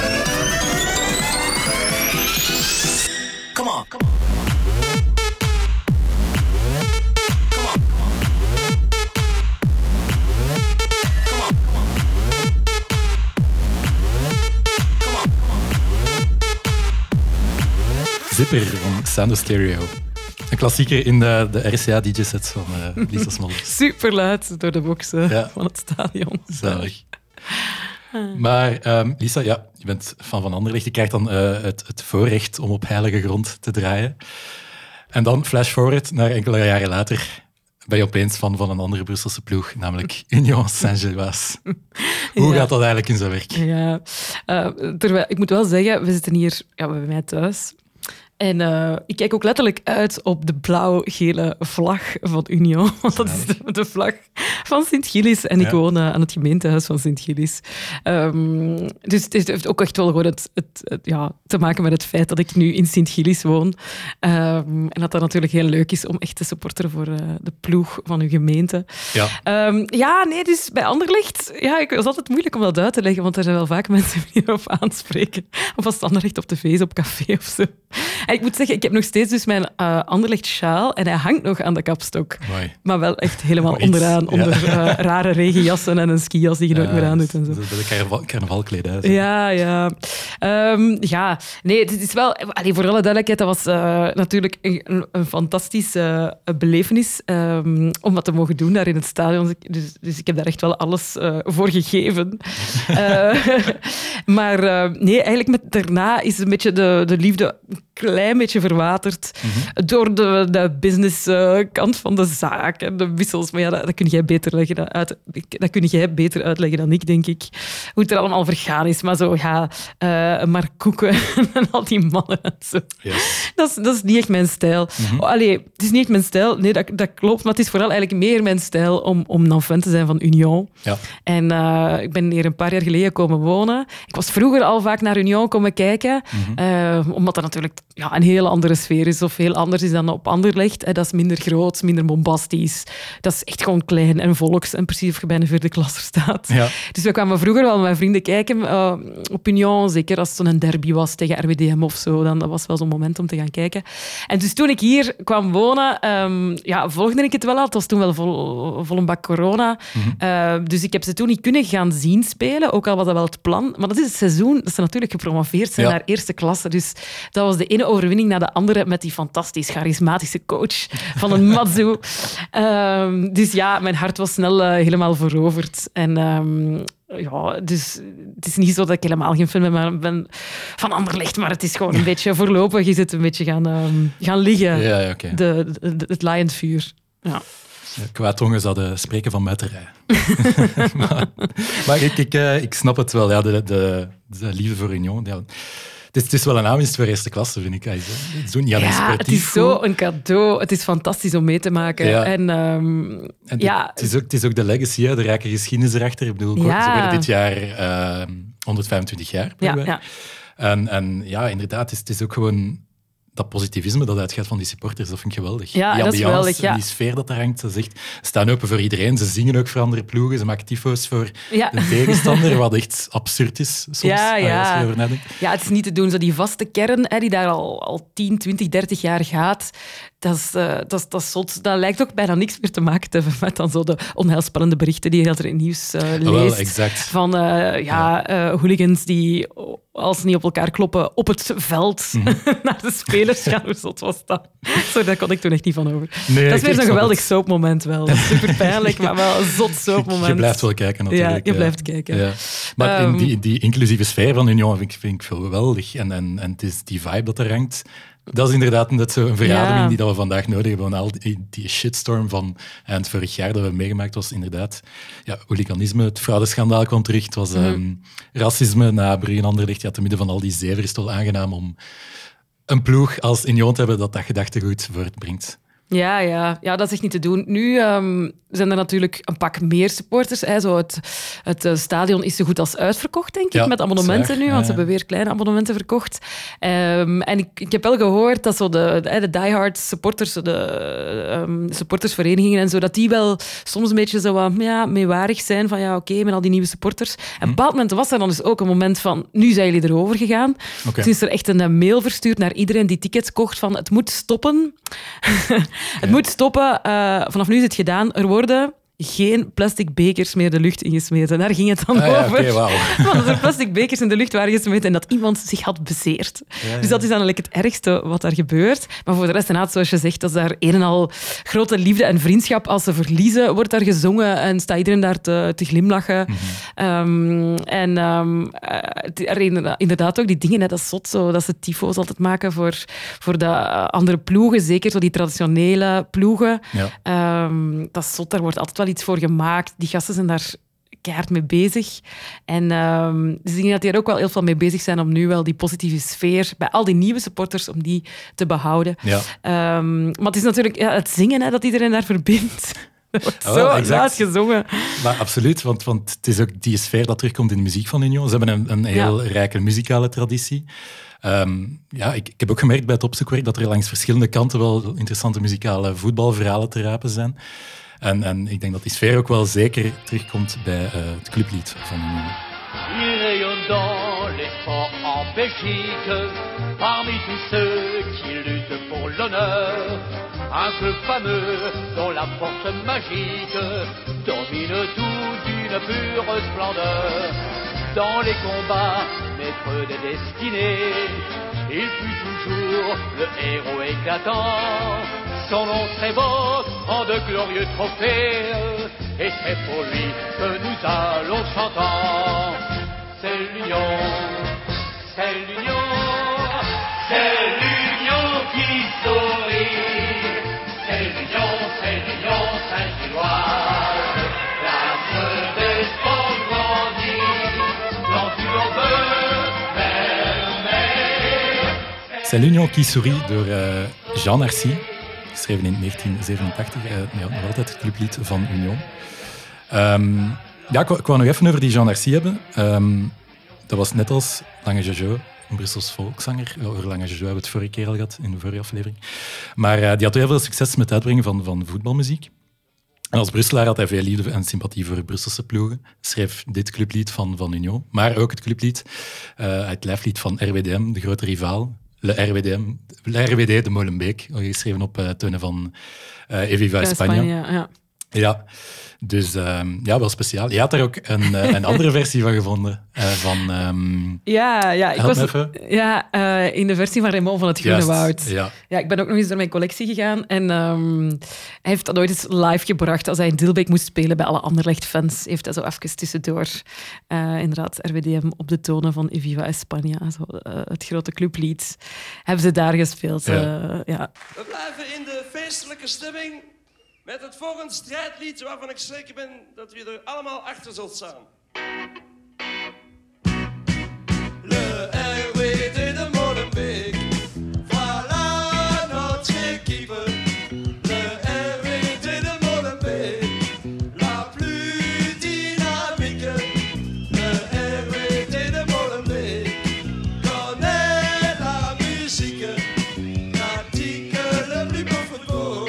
Come on. Come on. Zipper van Sound Stereo. Een klassieker in de, de R C A D J-sets van uh, Lisa Smolders. Superluid door de boxen ja. van het stadion. Zalig. Maar um, Lisa, ja, je bent fan van Anderlecht. Je krijgt dan uh, het, het voorrecht om op heilige grond te draaien. En dan, flash forward, naar enkele jaren later, ben je opeens fan van een andere Brusselse ploeg, namelijk Union Saint-Gilloise. Hoe ja. gaat dat eigenlijk in zijn werk? Ja, uh, terwijl, ik moet wel zeggen, we zitten hier ja, bij mij thuis. En uh, ik kijk ook letterlijk uit op de blauw-gele vlag van Union. Want dat is de, de vlag van Sint-Gilles. En ik ja. woon uh, aan het gemeentehuis van Sint-Gilles. Um, dus het heeft ook echt wel gewoon het, het, het, ja, te maken met het feit dat ik nu in Sint-Gilles woon. Um, en dat dat natuurlijk heel leuk is om echt te supporteren voor uh, de ploeg van uw gemeente. Ja, um, ja nee, dus bij Anderlecht... Ja, ik was altijd moeilijk om dat uit te leggen, want er zijn wel vaak mensen die hierop aanspreken. Of als Anderlecht op tv is, op café of zo. En ik moet zeggen, ik heb nog steeds dus mijn uh, Anderlecht-sjaal en hij hangt nog aan de kapstok. Mooi. Maar wel echt helemaal oh, onderaan, onder uh, rare regenjassen en een skijas die je nooit uh, meer aandoet. En zo. Dat is een carnaval, carnavalkledij. Ja, ja. Um, ja, nee, het is wel... Allee, voor alle duidelijkheid, dat was uh, natuurlijk een, een fantastische uh, belevenis um, om wat te mogen doen daar in het stadion. Dus, dus ik heb daar echt wel alles uh, voor gegeven. uh, maar uh, nee, eigenlijk met, daarna is een beetje de, de liefde... klein beetje verwaterd mm-hmm. door de, de businesskant uh, van de zaak en de wissels. Maar ja, dat, dat kun jij beter leggen dan uit. Dat kun jij beter uitleggen dan ik, denk ik. Hoe het er allemaal vergaan is. Maar zo, ja, uh, Mark Koeken en al die mannen en zo. Yes. Dat, is, dat is niet echt mijn stijl. Mm-hmm. Oh, allee, het is niet echt mijn stijl. Nee, dat, dat klopt. Maar het is vooral eigenlijk meer mijn stijl om, om een fan te zijn van Union. Ja. En uh, ik ben hier een paar jaar geleden komen wonen. Ik was vroeger al vaak naar Union komen kijken. Mm-hmm. Uh, omdat dat natuurlijk ja, een heel andere sfeer is of heel anders is dan op Anderlecht. Dat is minder groot, minder bombastisch. Dat is echt gewoon klein en volks en precies of je bij een vierde klasser staat. Ja. Dus we kwamen vroeger wel met mijn vrienden kijken uh, op Union, zeker als het zo'n derby was tegen R W D M of zo. Dan dat was wel zo'n moment om te gaan kijken. En dus toen ik hier kwam wonen, um, ja, volgde ik het wel al. Het was toen wel vol, vol een bak corona. Mm-hmm. Uh, dus ik heb ze toen niet kunnen gaan zien spelen, ook al was dat wel het plan. Maar dat is het seizoen dat ze natuurlijk gepromoveerd zijn ja. naar eerste klasse. Dus dat was de ene overwinning na de andere met die fantastisch charismatische coach van een Matsu. um, dus ja, mijn hart was snel uh, helemaal veroverd. En um, ja, dus het is niet zo dat ik helemaal geen fan ben, ben van Anderlecht, maar het is gewoon een beetje voorlopig is het een beetje gaan, um, gaan liggen, ja, ja, okay. de, de, de, het laaiend vuur. Ja. Kwaad tongen zouden spreken van muiterij. maar maar ik, ik, uh, ik snap het wel, ja, de, de, de liefde voor Union. Ja. Het is, het is wel een aanwinst voor eerste klasse, vind ik. Het is niet alleen ja, het is zo een cadeau. Het is fantastisch om mee te maken. Ja. En, um, en ja. het, is ook, het is ook de legacy, hè, de rijke geschiedenis erachter. Ik bedoel, ja. ze worden dit jaar uh, honderdvijfentwintig jaar. Ja, ja. En, en ja, inderdaad, het is, het is ook gewoon... dat positivisme dat uitgaat van die supporters, dat vind ik geweldig. Ja, die dat is geweldig, ja. Die sfeer dat daar hangt, ze zegt, ze staan open voor iedereen, ze zingen ook voor andere ploegen, ze maken tyfo's voor ja. de tegenstander, wat echt absurd is soms, ja, ja. als je erover nadenkt. Ja, het is niet te doen. Zo die vaste kern, hè, die daar al, al tien, twintig, dertig jaar gaat, dat is, uh, dat, is, dat is zot. Dat lijkt ook bijna niks meer te maken te hebben met dan zo de onheilspellende berichten die je er in het nieuws uh, leest. Oh, wel, exact. Van uh, ja, ja. Uh, hooligans die... als ze niet op elkaar kloppen, op het veld mm-hmm. naar de spelers gaan. Hoe zot was dat? Sorry, daar kon ik toen echt niet van over. Nee, dat is weer zo'n geweldig het. soapmoment wel. Super pijnlijk, maar wel een zot soapmoment. Je blijft wel kijken natuurlijk. Ja, je ja. blijft kijken. Ja. Maar um, in die, die inclusieve sfeer van Union vind ik, vind ik veel geweldig. En, en, en het is die vibe dat er hangt. Dat is inderdaad net zo'n verademing ja. die dat we vandaag nodig hebben. Al die, die shitstorm van eind vorig jaar dat we meegemaakt was inderdaad ja, hooliganisme. Het fraudeschandaal kwam terug. Het was mm. um, racisme na Brugge en Anderlecht. Ja, te midden van al die zever is het wel aangenaam om een ploeg als Union te hebben dat dat gedachtegoed voortbrengt. Ja, ja. ja, dat is echt niet te doen. Nu um, zijn er natuurlijk een pak meer supporters. Hè. Zo het het uh, stadion is zo goed als uitverkocht, denk ik, ja, met abonnementen nu, want ja, ja. ze hebben weer kleine abonnementen verkocht. Um, en ik, ik heb wel gehoord dat zo de, de, de diehard supporters, de um, supportersverenigingen en zo, dat die wel soms een beetje zo uh, ja, meewarig zijn van ja, oké, okay, met al die nieuwe supporters. En op een bepaald moment was er dan dus ook een moment van nu zijn jullie erover gegaan. Okay. Toen is er echt een mail verstuurd naar iedereen die tickets kocht van het moet stoppen. Het okay. moet stoppen. Uh, vanaf nu is het gedaan. Er worden geen plastic bekers meer de lucht ingesmeten. Daar ging het dan ah, ja, over. Okay, wow. Want er plastic bekers in de lucht waren gesmeten en dat iemand zich had bezeerd. Ja, ja. Dus dat is eigenlijk het ergste wat daar gebeurt. Maar voor de rest, inderdaad, zoals je zegt, dat is daar een en al grote liefde en vriendschap. Als ze verliezen, wordt daar gezongen en staat iedereen daar te, te glimlachen. Mm-hmm. Um, en um, uh, inderdaad ook die dingen, hè, dat is zot, zo, dat ze tyfo's altijd maken voor, voor de andere ploegen, zeker zo die traditionele ploegen. Ja. Um, dat is zot, daar wordt altijd wel iets voor gemaakt. Die gasten zijn daar keihard mee bezig. En um, dus ik denk dat die er ook wel heel veel mee bezig zijn om nu wel die positieve sfeer bij al die nieuwe supporters, om die te behouden. Ja. Um, maar het is natuurlijk ja, het zingen hè, dat iedereen daar verbindt. Er wordt oh, zo laat gezongen. Maar absoluut, want, want het is ook die sfeer dat terugkomt in de muziek van Union. Ze hebben een, een heel ja. rijke muzikale traditie. Um, ja, ik, ik heb ook gemerkt bij het opzoekwerk dat er langs verschillende kanten wel interessante muzikale voetbalverhalen te rapen zijn. En, en ik denk dat die sfeer ook wel zeker terugkomt bij uh, het clublied van Union. Il rayonne dans les sports en Belgique, parmi tous ceux qui luttent pour l'honneur. Un club fameux dont la force magique domine tout d'une pure splendeur. Dans les combats, maître des destinées, il fut toujours le héros éclatant. Son nom s'évoque en de glorieux trophées, et c'est pour lui que nous allons chantant. C'est l'union, c'est l'union, c'est l'union qui sourit. C'est l'union, c'est l'union Saint-Gilloise, l'âme des sports grandit, quand tu en veux, mais... C'est l'union qui sourit door uh, Jean Arcy, geschreven in negentien zevenentachtig, uh, ja, nog altijd het clublied van Union. Um, ja, ik, ik wou nog even over die Jean Arcy hebben. Um, dat was net als Lange Jojo, een Brussels volkszanger. Over Lange Jojo hebben we het vorige keer al gehad, in de vorige aflevering. Maar uh, die had heel veel succes met het uitbrengen van, van voetbalmuziek. En als Brusselaar had hij veel liefde en sympathie voor Brusselse ploegen. Schreef dit clublied van, van Union, maar ook het clublied, uh, het lijflied van R W D M, de grote rivaal. Le R W D M, Le R W D de Molenbeek, geschreven op uh, tonen van uh, Eviva España. Ja. Ja, dus um, ja, wel speciaal. Je had daar ook een, uh, een andere versie van gevonden. Uh, van, um, ja, ja, ik was ja uh, in de versie van Raymond van het Groene Juist, Woud. Ja. Ja, ik ben ook nog eens door mijn collectie gegaan. En um, hij heeft dat ooit eens live gebracht. Als hij in Dilbeek moest spelen bij alle Anderlecht-fans, heeft hij zo even tussendoor uh, inderdaad R W D M op de tonen van Eviva España, zo, uh, het grote clublied, hebben ze daar gespeeld. Ja. Uh, ja. We blijven in de feestelijke stemming met het volgende strijdlied waarvan ik zeker ben dat u er allemaal achter zult staan. Le R W D de Molenbeek, voilà notre équipe. Le R W D de Molenbeek, la plus dynamique. Le R W D de Molenbeek, connaît la musique, pratique le plus beau football.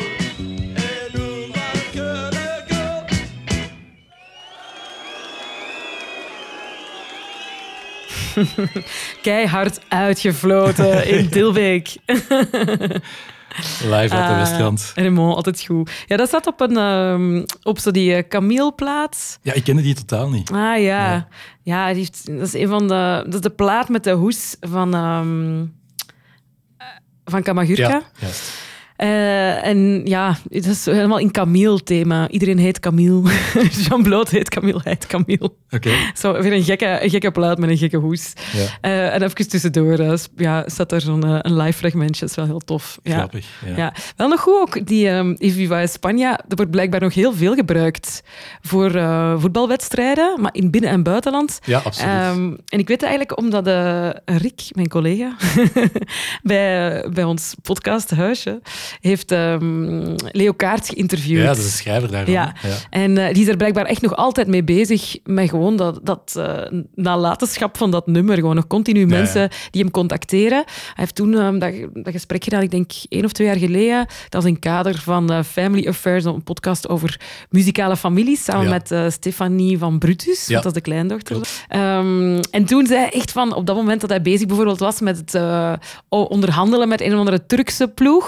Keihard uitgefloten in Dilbeek. Live uit de uh, Westkrant. Raymond, altijd goed. Ja, dat zat op, een, um, op zo die uh, Camille-plaat. Ja, ik kende die totaal niet. Ah ja, ja, ja die heeft, dat is een van de... Dat is de plaat met de hoes van, um, van Kamagurka. Ja, juist. Uh, en ja, het is helemaal in Camille-thema. Iedereen heet Camille. Jean Bloot heet Camille, hij heet Camille. Okay. Zo weer een gekke, een gekke plaat met een gekke hoes. Ja. Uh, en even tussendoor uh, ja, staat er zo'n uh, een live fragmentje. Dat is wel heel tof. Ja. Grappig, ja. Ja. Wel nog goed ook, die um, Eviva España. Er wordt blijkbaar nog heel veel gebruikt voor uh, voetbalwedstrijden, maar in binnen- en buitenland. Ja, absoluut. Um, en ik weet eigenlijk omdat uh, Rick, mijn collega, bij, bij ons podcast Huisje, heeft um, Leo Kaart geïnterviewd. Ja, dat is een schrijver daarvan. Ja. Ja. En uh, die is er blijkbaar echt nog altijd mee bezig met gewoon dat, dat uh, nalatenschap van dat nummer. Gewoon nog continu ja, mensen ja. die hem contacteren. Hij heeft toen um, dat, dat gesprek gedaan, ik denk één of twee jaar geleden. Dat was in het kader van uh, Family Affairs, een podcast over muzikale families, samen ja. met uh, Stefanie van Brutus, ja. dat is de kleindochter. Um, en toen zei hij echt van, op dat moment dat hij bezig bijvoorbeeld was met het uh, onderhandelen met een of andere Turkse ploeg,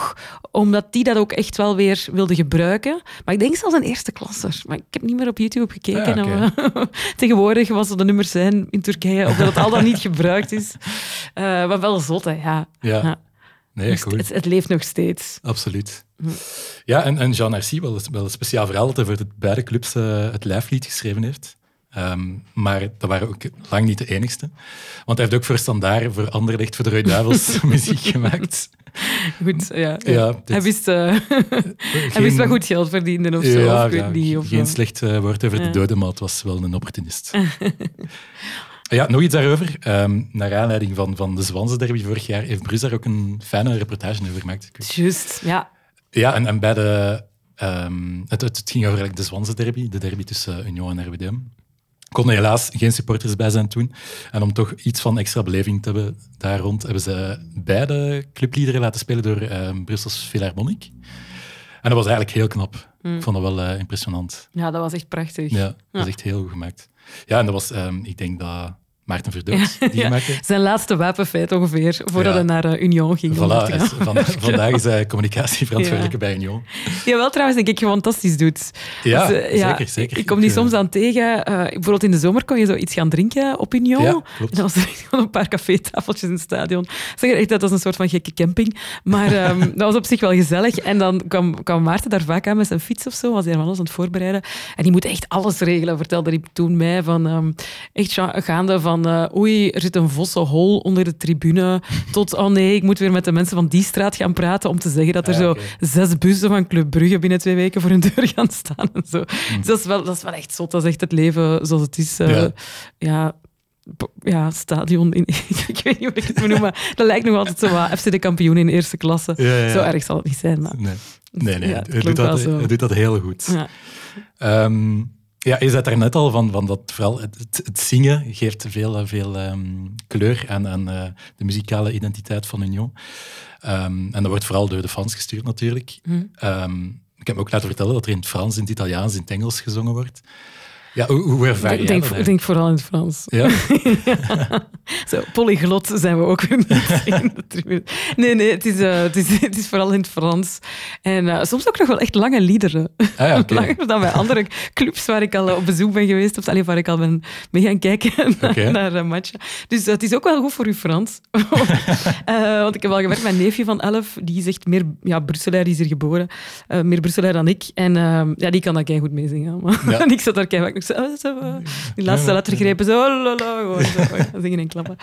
omdat die dat ook echt wel weer wilde gebruiken. Maar ik denk zelfs een eerste klasser. Maar ik heb niet meer op YouTube gekeken. Ah, okay. uh, tegenwoordig was er de nummers zijn in Turkije, of dat het al dan niet gebruikt is. Uh, maar wel zot, hè. Ja. Ja. Ja. Nee, Dus cool. het, het leeft nog steeds. Absoluut. Ja, en, en Jean Arcy, wel, wel een speciaal verhaal dat hij voor de beide clubs uh, het lijflied geschreven heeft. Um, maar dat waren ook lang niet de enigste. Want hij heeft ook voor Standaard, voor Anderlecht, voor de Rode Duivels muziek gemaakt. Goed, ja. Ja, dit... Hij wist, uh, geen... hij wist wel goed geld verdienen of zo. Ja, of, ik ja, weet niet, of geen zo. slecht uh, woord over ja. de dode, maar het was wel een opportunist. Ja, nog iets daarover. Um, naar aanleiding van, van de Zwanse-derby vorig jaar heeft Bruce daar ook een fijne reportage over gemaakt. Juist, ja. Ja, en, en bij de... Um, het, het, het ging over eigenlijk de Zwanse-derby, de derby tussen Union en R W D M. Er konden helaas geen supporters bij zijn toen. En om toch iets van extra beleving te hebben daar rond, hebben ze beide clubliederen laten spelen door um, Brussels Philharmonic. En dat was eigenlijk heel knap. Mm. Ik vond dat wel uh, impressionant. Ja, dat was echt prachtig. Ja, dat was ja. echt heel goed gemaakt. Ja, en dat was, um, ik denk dat Maarten Verdoos die ja, gemaakt heeft. Zijn laatste wapenfeit ongeveer, voordat ja. hij naar uh, Union ging. Voilà, is, van, vandaag is hij communicatieverantwoordelijke ja. bij Union. Die wel trouwens, denk ik, fantastisch doet. Ja, dus, uh, ja, zeker, zeker. Ik kom die soms aan tegen. Uh, bijvoorbeeld in de zomer kon je zo iets gaan drinken op Union. Ja, klopt. En dan was er gewoon een paar cafétafeltjes in het stadion. Zeg echt, dat was een soort van gekke camping. Maar um, dat was op zich wel gezellig. En dan kwam, kwam Maarten daar vaak aan met zijn fiets of zo, was hij van alles aan het voorbereiden. En die moet echt alles regelen, vertelde hij toen mij. Van, um, echt gaande van, uh, oei, er zit een vossenhol onder de tribune, tot, oh nee, ik moet weer met de mensen van die straat gaan praten om te zeggen dat er ja, zo okay. zes bussen van Club Brugge binnen twee weken voor hun deur gaan staan en zo. Mm. Dus dat is, wel, dat is wel echt zot. Dat is echt het leven zoals het is. Uh, ja. ja Ja, stadion. In, ik weet niet hoe ik het moet noemen. Dat lijkt nog altijd zo wat F C de kampioen in eerste klasse. Ja, ja. Zo erg zal het niet zijn. Maar... Nee, nee, nee. Ja, het, het, doet dat, het doet dat heel goed. Ja. Um, ja, je zei daar net al van, van dat vooral het, het, het zingen geeft veel, veel um, kleur aan, aan uh, de muzikale identiteit van Union. Um, en dat wordt vooral door de fans gestuurd natuurlijk. Mm. Um, ik heb me ook laten vertellen dat er in het Frans, in het Italiaans, in het Engels gezongen wordt. Ja, hoe, hoe ervaar je ik denk, dat? Ik denk vooral in het Frans. Ja? ja. Zo, polyglot zijn we ook weer niet in de tribune. Nee, nee, het is, uh, het is, het is vooral in het Frans. En uh, soms ook nog wel echt lange liederen. Ah, ja, okay. Langer dan bij andere clubs waar ik al op bezoek ben geweest. Of allee, waar ik al ben mee gaan kijken okay. naar uh, matchen. Dus uh, het is ook wel goed voor uw Frans. uh, want ik heb al gemerkt, mijn neefje van elf, die is echt meer ja, Brusselaar, die is hier geboren. Uh, meer Brusselaar dan ik. En uh, ja, die kan dat kei goed meezingen. Ja. En ik zat daar kei nog zo, oh, zo, die laatste lettergrepen, zo, lala, gewoon zo, ja, zingen en klappen.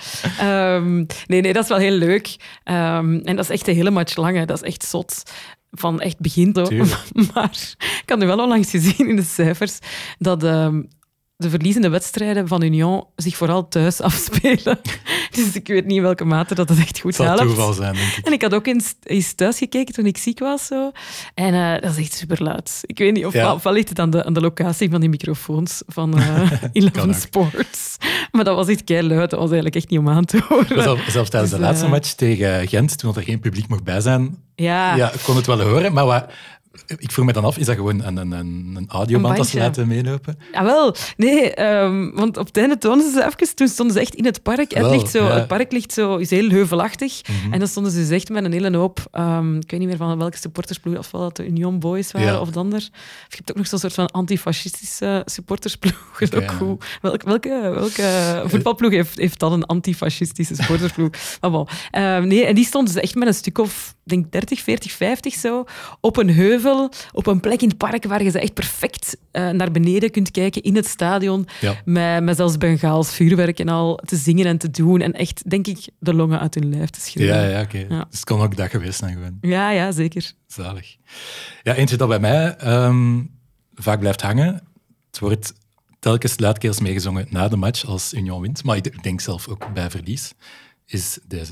Um, nee, nee, dat is wel heel leuk. Um, en dat is echt een hele match lang, hè. Dat is echt zot. Van echt begin zo. Maar ik had nu wel onlangs gezien in de cijfers dat um, de verliezende wedstrijden van Union zich vooral thuis afspelen. Dus ik weet niet in welke mate dat het echt goed helpt. Het zal toeval zijn, denk ik. En ik had ook eens, eens thuis gekeken toen ik ziek was. Zo. En uh, dat is echt superluid. Ik weet niet of, ja. of wel ligt het aan de, aan de locatie van die microfoons van uh, Eleven Sports. Maar dat was echt keiluid. Dat was eigenlijk echt niet om aan te horen. Zelf, zelfs tijdens dus, de laatste uh, match tegen Gent, toen er geen publiek mocht bij zijn, ja. Ja, kon het wel horen. Maar wat... Ik vroeg me dan af, is dat gewoon een, een, een audioband een dat ze laten meelopen? Ja, wel. Nee, um, want op het einde toonden ze even, toen stonden ze echt in het park. Het, wel, ligt zo, ja. het park ligt zo, is heel heuvelachtig. Mm-hmm. En dan stonden ze dus echt met een hele hoop, um, ik weet niet meer van welke supportersploeg, of dat de Union Boys waren ja. of de ander. Of je hebt ook nog zo'n soort van antifascistische supportersploeg. Okay, ook goed. Ja. Welke, welke, welke voetbalploeg heeft, heeft dan een antifascistische supportersploeg? Maar bon. Um, nee, en die stonden ze echt met een stuk of, denk dertig, veertig, vijftig zo, op een heuvel. Op een plek in het park waar je ze echt perfect uh, naar beneden kunt kijken in het stadion. Ja. Met, met zelfs Bengaals vuurwerk en al te zingen en te doen. En echt, denk ik, de longen uit hun lijf te schreeuwen. Ja, ja oké. Okay. Ja. Dus het kon ook dat geweest zijn gewoon. Ja, ja, zeker. Zalig. Ja, eentje dat bij mij um, vaak blijft hangen. Het wordt telkens luidkeels meegezongen na de match als Union wint. Maar ik denk zelf ook bij verlies. Is deze.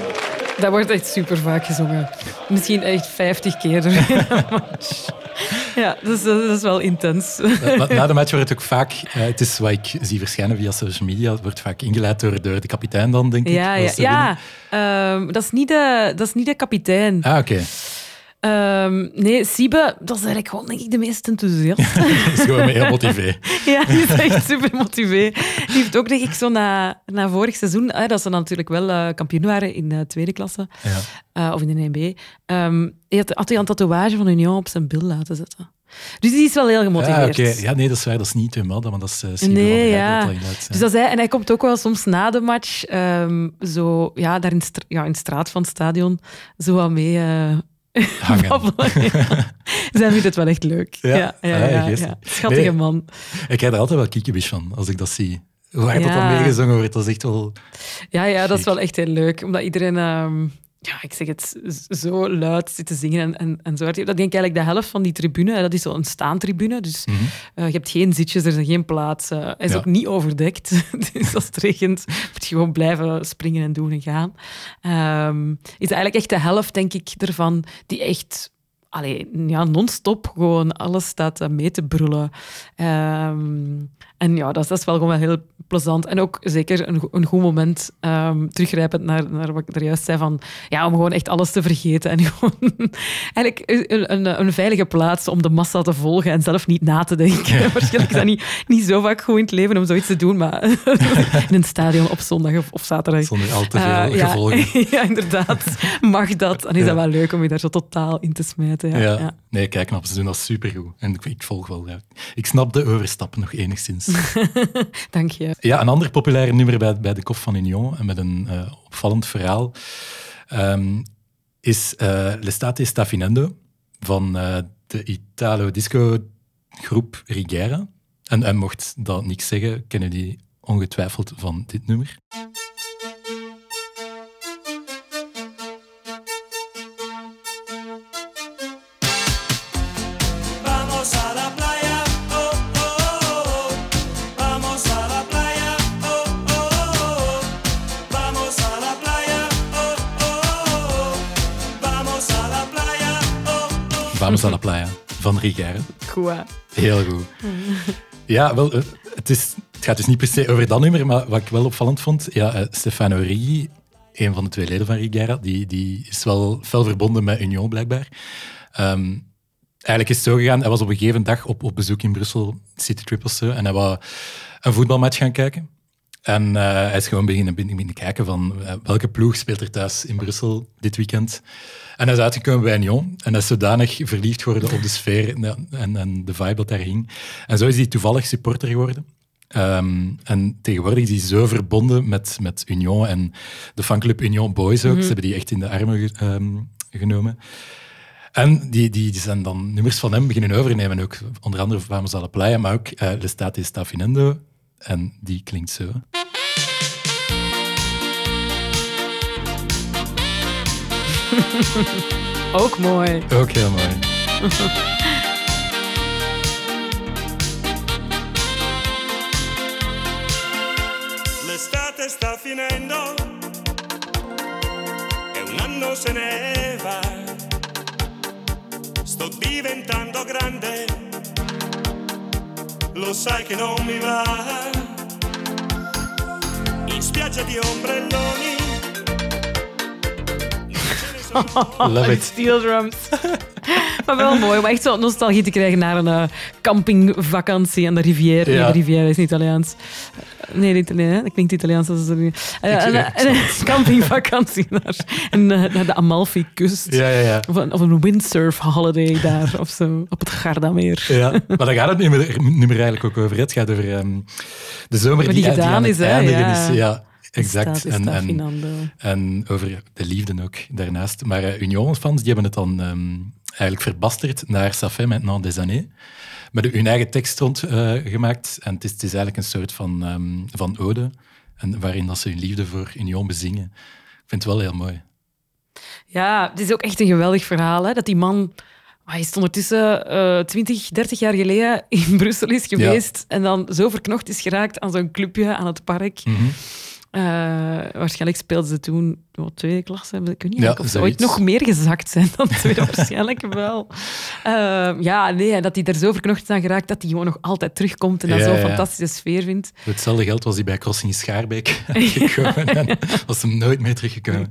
Dat wordt echt super vaak gezongen. Misschien echt vijftig keer door een match. Ja, dus dat is wel intens. Na de match wordt het ook vaak... Uh, het is wat ik zie verschijnen via social media. Het wordt vaak ingeleid door, door de kapitein dan, denk ik. Ja, ja, ja. Um, dat, is niet de, dat is niet de kapitein. Ah, oké. Okay. Um, nee, Siebe, dat is eigenlijk gewoon, denk ik, de meest enthousiast. Dat is gewoon heel motivé. Ja, die is echt super motivé. Die heeft ook, denk ik, zo na, na vorig seizoen, hè, dat ze natuurlijk wel uh, kampioen waren in de tweede klasse, ja. uh, of in de N B, um, had, had hij een tatoeage van Union op zijn bil laten zetten. Dus die is wel heel gemotiveerd. Ja, okay. ja nee, dat is waar. Dat is niet te melden, maar dat is uh, Siebe nee, van ja. dat dat Dus dat is hij, en hij komt ook wel soms na de match, um, zo, ja, daar in, stra- ja, in de straat van het stadion, zo wat mee... Uh, hangen. Babbelen, ja. Zij vindt het wel echt leuk. Ja, ja, ja, ja, ja, ja. Schattige nee, man. Ik krijg er altijd wel kiekebis van, als ik dat zie. Hoe hard ja. dat dan meegezongen wordt, dat is echt wel... Ja, ja, dat is wel echt heel leuk. Omdat iedereen... Um, ja, ik zeg het, zo luid zit te zingen en, en, en zo. Dat denk ik eigenlijk de helft van die tribune. Dat is zo'n staantribune, dus mm-hmm. uh, je hebt geen zitjes, er zijn geen plaatsen. Hij is ja. ook niet overdekt. Dus als het regent, moet je gewoon blijven springen en doen en gaan. Um, is eigenlijk echt de helft, denk ik, ervan die echt... Allee, ja, non-stop gewoon alles staat mee te brullen. Um, en ja, dat is, dat is wel gewoon wel heel plezant. En ook zeker een, een goed moment, um, teruggrijpend naar, naar wat ik er juist zei, van, ja, om gewoon echt alles te vergeten. En gewoon eigenlijk een, een, een veilige plaats om de massa te volgen en zelf niet na te denken. Ja. Waarschijnlijk is dat niet, niet zo vaak goed in het leven om zoiets te doen, maar in een stadion op zondag of, of zaterdag. Zonder al te veel uh, gevolgen. Ja, ja, inderdaad. Mag dat. Dan is ja. dat wel leuk om je daar zo totaal in te smijten. Ja, ja. ja. Nee, kijk, knap, ze doen dat supergoed. En ik, ik volg wel. Ja. Ik snap de overstap nog enigszins. Dank je. Ja, een ander populair nummer bij, bij de Kof van Union, en met een uh, opvallend verhaal, um, is uh, L'estate sta finendo van uh, de Italo-disco-groep Righiera. En, en mocht dat niks zeggen, kennen die ongetwijfeld van dit nummer. Vamos a la playa, van Righiera. Goed, hè? Heel goed. Ja, wel, het, is, het gaat dus niet per se over dat nummer, maar wat ik wel opvallend vond, ja, uh, Stefano Righi, een van de twee leden van Righiera, die, die is wel fel verbonden met Union, blijkbaar. Um, eigenlijk is het zo gegaan, hij was op een gegeven dag op, op bezoek in Brussel, City Trip of zo, en hij wou een voetbalmatch gaan kijken. En uh, hij is gewoon beginnen, beginnen kijken van uh, welke ploeg speelt er thuis in Brussel dit weekend. En hij is uitgekomen bij Union en hij is zodanig verliefd geworden op de sfeer en, en de vibe dat daar hing. En zo is hij toevallig supporter geworden. Um, en tegenwoordig is hij zo verbonden met, met Union en de fanclub Union Boys ook. Mm-hmm. Ze hebben die echt in de armen ge, um, genomen. En die, die, die zijn dan nummers van hem beginnen overnemen. Ook onder andere Vamos a la Playa, maar ook uh, L'estate sta finendo. En die klinkt zo. Ook mooi. Ook heel mooi. L'estate sta finendo e un anno se ne va. Sto diventando grande, lo sai che non mi va. In spiaggia di ombrelloni. Love it. Steel drums. Maar wel mooi om echt zo nostalgie te krijgen naar een uh, campingvakantie aan de Riviera. Ja. Nee, de Riviera is niet Italiaans. Nee, niet, nee, dat klinkt Italiaans. Dat is er niet. Uh, een, een, een campingvakantie naar, en, uh, naar de Amalfi-kust. Ja, ja, ja. Of, een, of een windsurf holiday daar, of zo, op het Gardameer. Ja, maar daar gaat het nu meer, nu meer eigenlijk ook over. Het gaat over um, de zomer die, die gedaan die is. Hè? Ja. is ja. Exact. En, en, en over de liefde ook daarnaast. Maar uh, Union-fans die hebben het dan um, eigenlijk verbasterd naar Ça fait maintenant des années. Met hun eigen tekst rond uh, gemaakt. En het is, het is eigenlijk een soort van, um, van ode. En waarin dat ze hun liefde voor Union bezingen. Ik vind het wel heel mooi. Ja, het is ook echt een geweldig verhaal. Hè? Dat die man... Hij is ondertussen uh, twintig, dertig jaar geleden in Brussel is geweest. Ja. En dan zo verknocht is geraakt aan zo'n clubje aan het park. Mm-hmm. Uh, waarschijnlijk speelden ze toen oh, tweede klasse. Ik weet niet Ja, of ze zoiets. ooit nog meer gezakt zijn dan tweede. Waarschijnlijk wel. Uh, ja, nee, en dat hij er zo verknocht is aan geraakt dat hij gewoon nog altijd terugkomt en dat Ja, zo'n ja. fantastische sfeer vindt. Voor hetzelfde geld was hij bij Crossing Schaarbeek gekomen en was hem nooit meer teruggekomen.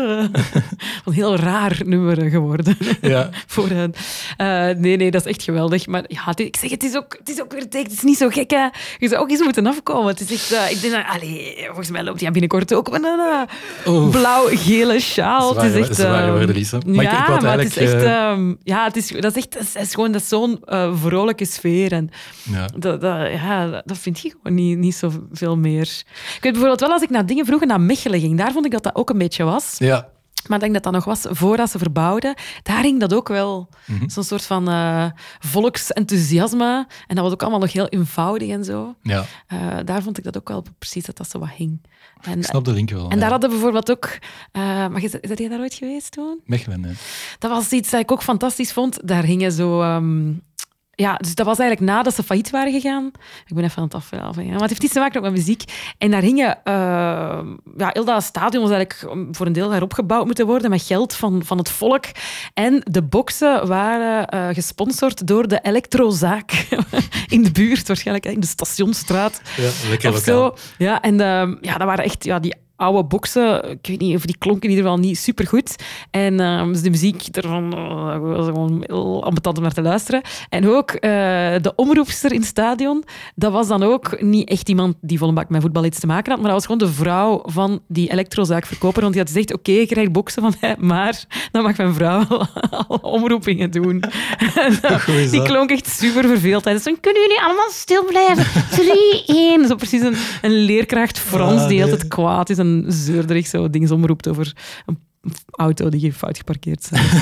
Een heel raar nummer geworden. Ja. Voor hen. Uh, nee, nee, dat is echt geweldig. Maar ja, het, ik zeg, het is ook, het is ook weer het is niet zo gek, hè. Je zou ook eens moeten afkomen. Het is echt, uh, ik denk dat, allee, volgens mij loopt hij binnenkort ook met een uh, Oh. blauw-gele sjaal. Zwaar, het is echt, zware um, woorden, Lisa. Maar ja, ik, ik wou maar het is echt... eigenlijk, Um, ja, het is, dat is echt dat is gewoon dat is zo'n uh, vrolijke sfeer. En Ja. dat, dat, ja, dat, dat vind je gewoon niet, niet zoveel meer. Ik weet bijvoorbeeld wel, als ik naar dingen vroeger naar Mechelen ging, daar vond ik dat dat ook een beetje was. Ja. Maar ik denk dat dat nog was voordat ze verbouwden. Daar ging dat ook wel. Mhm. Zo'n soort van uh, volksenthousiasme. En dat was ook allemaal nog heel eenvoudig en zo. Ja, Uh, daar vond ik dat ook wel precies dat dat zo wat hing. En, ik snap de link wel. en ja. daar hadden we bijvoorbeeld ook... Uh, maar is, is dat jij daar ooit geweest toen? Mechelen, hè. Dat was iets dat ik ook fantastisch vond. Daar gingen zo... Um, ja, dus dat was eigenlijk nadat ze failliet waren gegaan. Ik ben even aan het afvallen. Ja. Maar het heeft iets te maken met muziek. En daar gingen... Uh, ja, heel dat stadion was eigenlijk voor een deel daarop gebouwd moeten worden met geld van, van het volk. En de boksen waren uh, gesponsord door de elektrozaak in de buurt, waarschijnlijk in de Stationsstraat. Ja, lekker Of lokaal. zo. Ja, en uh, ja, dat waren echt ja, die oude boksen. Ik weet niet of die klonken in ieder geval niet supergoed. En uh, dus de muziek ervan uh, was gewoon heel ambetant om naar te luisteren. En ook uh, de omroepster in het stadion, dat was dan ook niet echt iemand die volle bak met voetbal iets te maken had, maar dat was gewoon de vrouw van die elektrozaakverkoper. Want die had gezegd, oké, okay, ik krijg boksen van mij, maar dan mag mijn vrouw alle omroepingen doen. Goed, die klonk echt super verveeld. Dus dan kunnen jullie allemaal stil blijven. drie één. Zo precies een, een leerkracht Frans Ah, die nee. altijd kwaad is en zeurderig zo dingen omroept over een auto die fout geparkeerd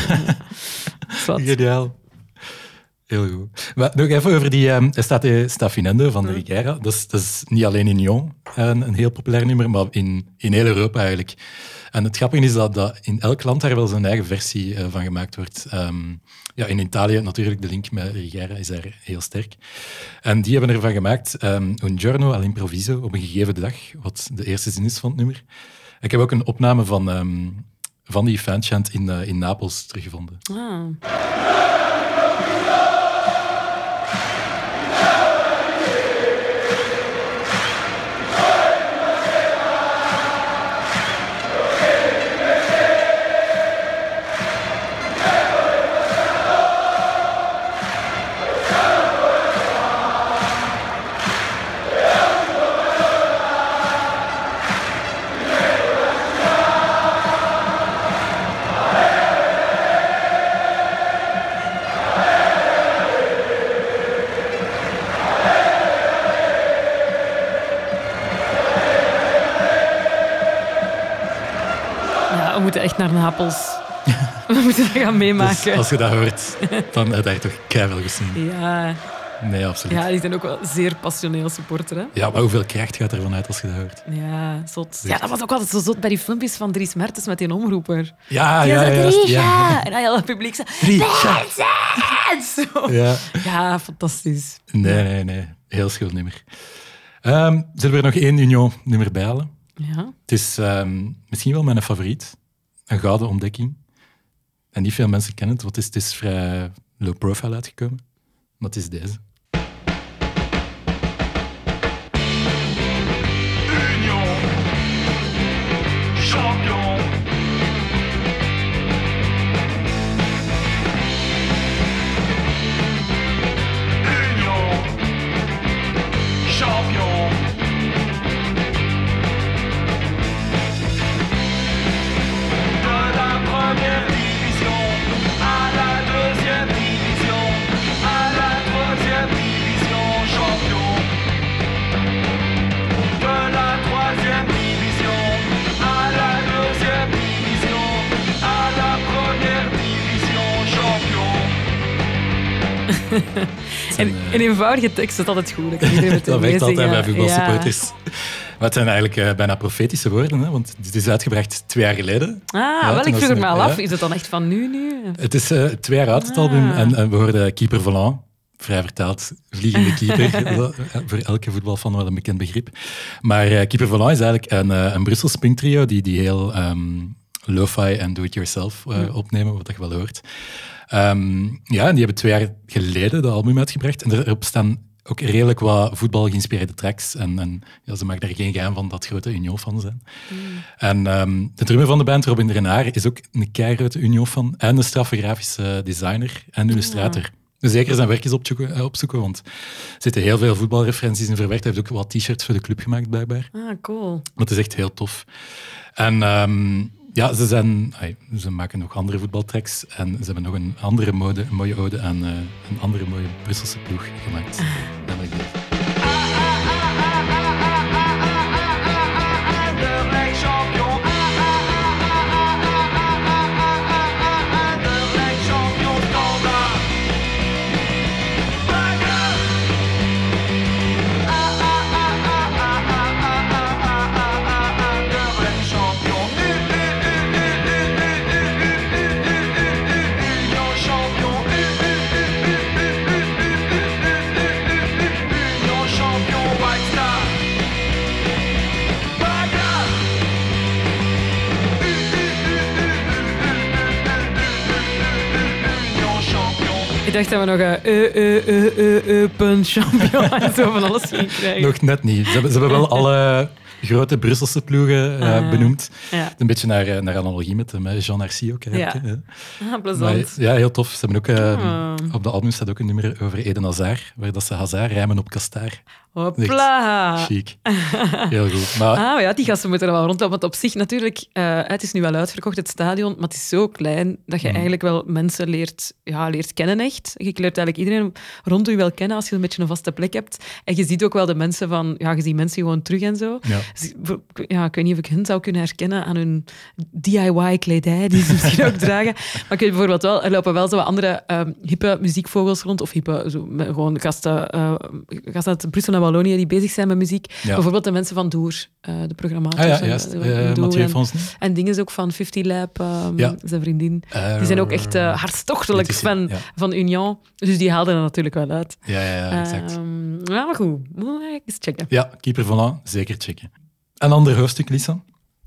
staat. Geniaal. Heel goed. Maar nog even over die um, Estate Stafinendo van de Rigera. Dat is, dat is niet alleen in Lyon een, een heel populair nummer, maar in, in heel Europa eigenlijk. En het grappige is dat, dat in elk land daar wel zijn eigen versie uh, van gemaakt wordt. Um, ja, in Italië natuurlijk, de link met Rigera is daar heel sterk. En die hebben ervan gemaakt um, un giorno all'improviso, op een gegeven dag, wat de eerste zin is van het nummer. Ik heb ook een opname van, um, van die fanchant in, uh, in Napels teruggevonden. Ah. We moeten echt naar Napels. We moeten dat gaan meemaken. Dus als je dat hoort, dan heb je daar toch keiveel gezien. Ja. Nee, absoluut. Ja, die zijn ook wel zeer passioneel supporter. Hè? Ja, maar hoeveel kracht gaat ervan uit als je dat hoort? Ja, zot. Ja, dat was ook altijd zo zot bij die filmpjes van Dries Mertens met die omroeper. Ja, Die ja, zei, ja. Dries, ja. ja. En dan heel het publiek zei... Dries, Zo. Ja. Ja, fantastisch. Nee, nee, nee. Heel schoon nummer. Um, zullen we er nog één Union-nummer bij halen? Ja. Het is um, misschien wel mijn favoriet. Een gouden ontdekking. En niet veel mensen kennen het, want het is, het is vrij low profile uitgekomen. Maar het is deze. Union, champion. Union, champion. De la première division à la deuxième division, à la troisième division, champion. De la troisième division à la deuxième division, à la première division, champion. En in eenvoudige tekst is het altijd goed. Ik kan iedereen meteen Dat werkt altijd bij meezingen. voetbalsupporters. Maar het zijn eigenlijk uh, bijna profetische woorden, hè? Want het is uitgebracht twee jaar geleden. Ah, Ja, wel, toen ik was vroeg er het- maar al ja. af. Is het dan echt van nu, nu? Het is uh, twee jaar oud, het Ah. album. En, en we hoorden Keeper Volant vrij vertaald vliegende keeper. Voor elke voetbalfan wel een bekend begrip. Maar uh, Keeper Volant is eigenlijk een, uh, een Brussels punktrio die, die heel um, lo-fi en do-it-yourself uh, ja. opnemen, wat je wel hoort. Um, ja, en die hebben twee jaar geleden dat album uitgebracht. En erop staan ook redelijk wat voetbal geïnspireerde tracks. En, en ja, ze maken daar geen geheim van dat grote Union-fan zijn. Mm. En um, de drummer van de band, Robin de Renard, is ook een keigrote Union-fan en een straffe grafische designer en illustrator. Ja. Dus zeker zijn werk eens opzoeken, opzoeken, want er zitten heel veel voetbalreferenties in verwerkt. Hij heeft ook wat t-shirts voor de club gemaakt, blijkbaar. Ah, cool. Maar het is echt heel tof. En um, ja, ze, zijn, ay, ze maken nog andere voetbaltracks en ze hebben nog een andere mode, een mooie ode aan uh, een andere mooie Brusselse ploeg gemaakt. Namelijk dit. Ik dacht dat we nog een e e e e e punt champion en zo van alles gingen krijgen. Nog net niet. Ze hebben, ze hebben wel alle grote Brusselse ploegen uh, uh, benoemd. Ja. Een beetje naar, naar analogie met hem, Jean Arcy ook. Ja, ah, plezant. Ja, heel tof. Ze hebben ook, uh, oh. Op de album staat ook een nummer over Eden Hazard, waar dat ze Hazard rijmen op Kastaar. Hopla. Chic. Heel goed. Maar... Ah, ja, die gasten moeten er wel rondlopen. Want op zich natuurlijk, uh, het is nu wel uitverkocht, het stadion, maar het is zo klein dat je mm. eigenlijk wel mensen leert, ja, leert kennen echt. Je leert eigenlijk iedereen rond je wel kennen als je een beetje een vaste plek hebt. En je ziet ook wel de mensen van, ja, je ziet mensen gewoon terug en zo. Ja. Dus, ja, ik weet niet of ik hen zou kunnen herkennen aan hun D I Y-kledij, die ze misschien ook dragen. Maar ik weet bijvoorbeeld wel, er lopen wel zo andere um, hippe muziekvogels rond, of hippe, zo, gewoon gasten, uh, gasten uit Brussel en Wallonië die bezig zijn met muziek. Ja. Bijvoorbeeld de mensen van Doer, uh, de programmators. Ah, ja, juist. Uh, Mathieu Fonsen. En dingen is ook van vijftig Lab, um, ja. zijn vriendin. Uh, die zijn ook echt uh, hartstochtelijk fan ja. van Union. Dus die haalden er natuurlijk wel uit. Ja, ja, ja exact. Um, ja, maar goed. Moet ik eens checken. Ja, Keeper Volant, zeker checken. Een ander hoofdstuk, Lisa.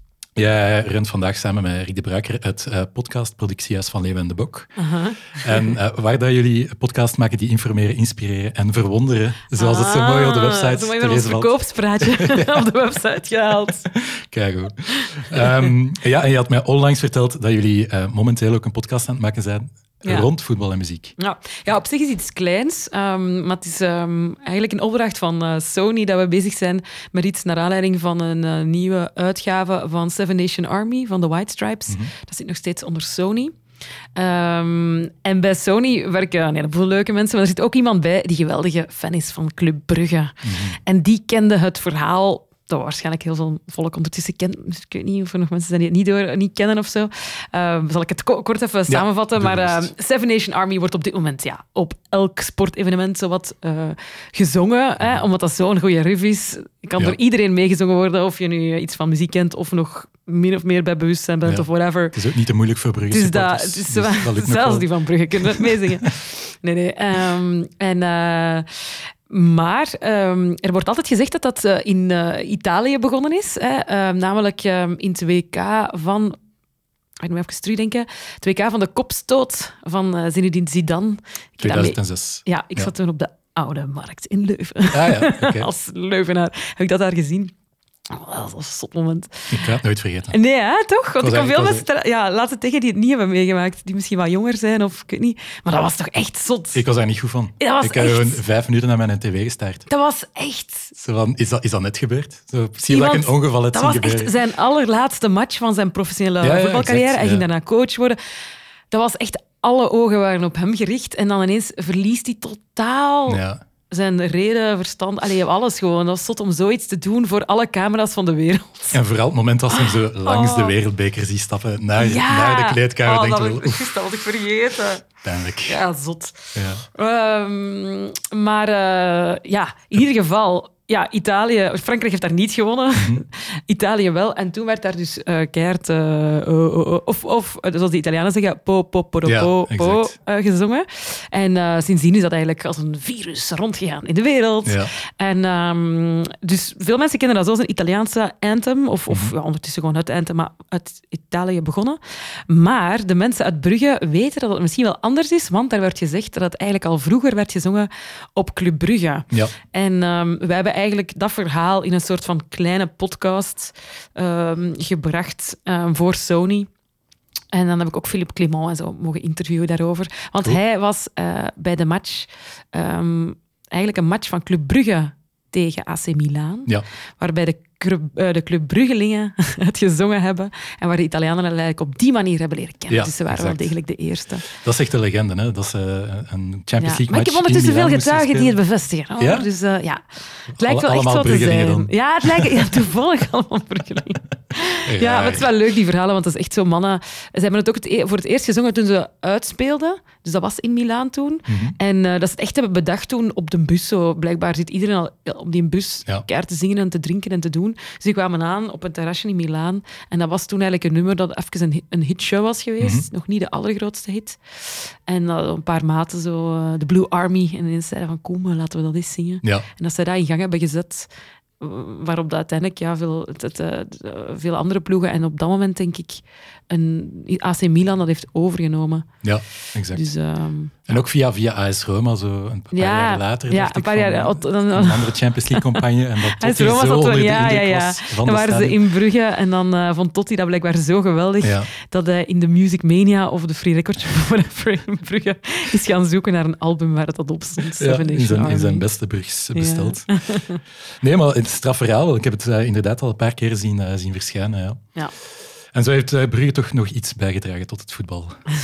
Jij runt vandaag samen met Rick de Bruiker het uh, podcastproductiehuis van Leeuwen en de Bok. Uh-huh. En uh, waar dat jullie podcast maken die informeren, inspireren en verwonderen, zoals ah, het zo mooi op de website zo mooi met ons verkoopspraatje op de website gehaald. Kijk goed. Um, ja, en je had mij onlangs verteld dat jullie uh, momenteel ook een podcast aan het maken zijn ja. rond voetbal en muziek. Ja. ja, op zich is iets kleins, um, maar het is um, eigenlijk een opdracht van uh, Sony dat we bezig zijn met iets naar aanleiding van een uh, nieuwe uitgave van Seven Nation Army, van de White Stripes. Mm-hmm. Dat zit nog steeds onder Sony. Um, en bij Sony werken een heleboel leuke mensen, maar er zit ook iemand bij die geweldige fan is van Club Brugge. Mm-hmm. En die kende het verhaal dat waarschijnlijk heel veel volk ondertussen kent. Ik weet niet of er nog mensen zijn die het niet, door, niet kennen of zo. Uh, zal ik het ko- kort even samenvatten. Ja, maar uh, Seven Nation Army wordt op dit moment ja, op elk sportevenement zowat uh, gezongen. Hè, omdat dat zo'n goede riff is. Kan ja. door iedereen meegezongen worden. Of je nu iets van muziek kent of nog min of meer bij bewustzijn bent ja. of whatever. Het is ook niet te moeilijk voor Brugge supporters. Het is dat, het is dus zelfs die van Brugge kunnen het meezingen. Nee, nee. Um, en... Uh, Maar um, er wordt altijd gezegd dat dat uh, in uh, Italië begonnen is. Hè? Uh, namelijk um, in het W K van... Ik moet even terugdenken. Het W K van de kopstoot van uh, Zinedine Zidane. tweeduizend zes. Ja, ik ja. zat toen op de Oude Markt in Leuven. Ah, ja, okay. Als Leuvenaar heb ik dat daar gezien. Oh, dat was een stop moment. Ik ga het nooit vergeten. Nee, hè, toch? Want ik kan veel mensen was... ja, laten tegen die het niet hebben meegemaakt. Die misschien wat jonger zijn of ik weet niet. Maar dat was toch echt zot. Ik was daar niet goed van. Ik heb echt... gewoon vijf minuten naar mijn tv gestaard. Dat was echt... Zo van, is, dat, is dat net gebeurd? Zo, zie je dat ik een ongeval het zien gebeuren? Dat was echt zijn allerlaatste match van zijn professionele ja, ja, voetbalcarrière. Exact, Hij ging ja. daarna coach worden. Dat was echt... Alle ogen waren op hem gericht. En dan ineens verliest hij totaal... Ja. Zijn reden, verstand, allee, alles gewoon. Dat was zot om zoiets te doen voor alle camera's van de wereld. En vooral het moment als hij zo langs oh. de wereldbeker ziet stappen naar, ja. naar de kleedkamer. Oh, denk dat, wel, was, dat was ik vergeten. Pijnlijk. Ja, zot. Ja. Um, maar uh, ja, in ieder geval... ja, Italië... Frankrijk heeft daar niet gewonnen. Mm-hmm. Italië wel. En toen werd daar dus uh, keihard... Uh, uh, uh, of, of, zoals de Italianen zeggen, po, po, po, ja, po, po uh, gezongen. En uh, sindsdien is dat eigenlijk als een virus rondgegaan in de wereld. Ja. En um, dus veel mensen kennen dat zoals een Italiaanse anthem. Of, of mm-hmm. ja, ondertussen gewoon het anthem, maar uit Italië begonnen. Maar de mensen uit Brugge weten dat het misschien wel anders is, want daar werd gezegd dat het eigenlijk al vroeger werd gezongen op Club Brugge. Ja. En um, wij hebben eigenlijk dat verhaal in een soort van kleine podcast um, gebracht um, voor Sony. En dan heb ik ook Philippe Clément en zo mogen interviewen daarover. Want cool. hij was uh, bij de match, um, eigenlijk een match van Club Brugge tegen A C Milan, ja. waarbij de, de Club Bruggelingen het gezongen hebben en waar de Italianen eigenlijk op die manier hebben leren kennen. Ja, dus ze waren exact. wel degelijk de eerste. Dat is echt een legende, hè? Dat is uh, een Champions League ja, maar match. ik heb ondertussen veel getuigen die het spelen. bevestigen. Hoor. Ja? Dus uh, ja, het lijkt Alle, wel echt zo te zijn. Dan. Ja, het lijkt ja, toevallig allemaal Bruggelingen. Ja, ja, maar het is wel leuk, die verhalen, want dat is echt zo mannen... Ze hebben het ook het e- voor het eerst gezongen toen ze uitspeelden. Dus dat was in Milaan toen. Mm-hmm. En uh, dat ze het echt hebben bedacht toen op de bus. Zo. Blijkbaar zit iedereen al op die bus ja. keihard te zingen en te drinken en te doen. Dus die kwamen aan op een terrasje in Milaan. En dat was toen eigenlijk een nummer dat even een, een hitshow was geweest. Mm-hmm. Nog niet de allergrootste hit. En uh, een paar maten zo, uh, de Blue Army. En ineens zeiden van, kom, laten we dat eens zingen. Ja. En dat zij dat in gang hebben gezet... waarop dat uiteindelijk ja, veel, het, het, uh, veel andere ploegen... En op dat moment, denk ik, een A C Milan dat heeft overgenomen. Ja, exact. Dus, um, en ook via, via A S Roma, zo een paar ja, jaar later, ja, dacht een ik, paar van, jaar, van dan, een andere Champions League-campagne. En dat Totti Roma zo onder de ja, indruk ja, ja. was van Dan de waren stadion. ze in Brugge en dan uh, vond Totti dat blijkbaar zo geweldig ja. dat hij in de Music Mania of de Free Record whatever in Brugge is gaan zoeken naar een album waar het dat op stond. Ja, in, zijn, in zijn beste Brugs besteld. Ja. Nee, maar het strafverhaal, ik heb het uh, inderdaad al een paar keer zien, uh, zien verschijnen. Ja. Ja. En zo heeft uh, Brugge toch nog iets bijgedragen tot het voetbal.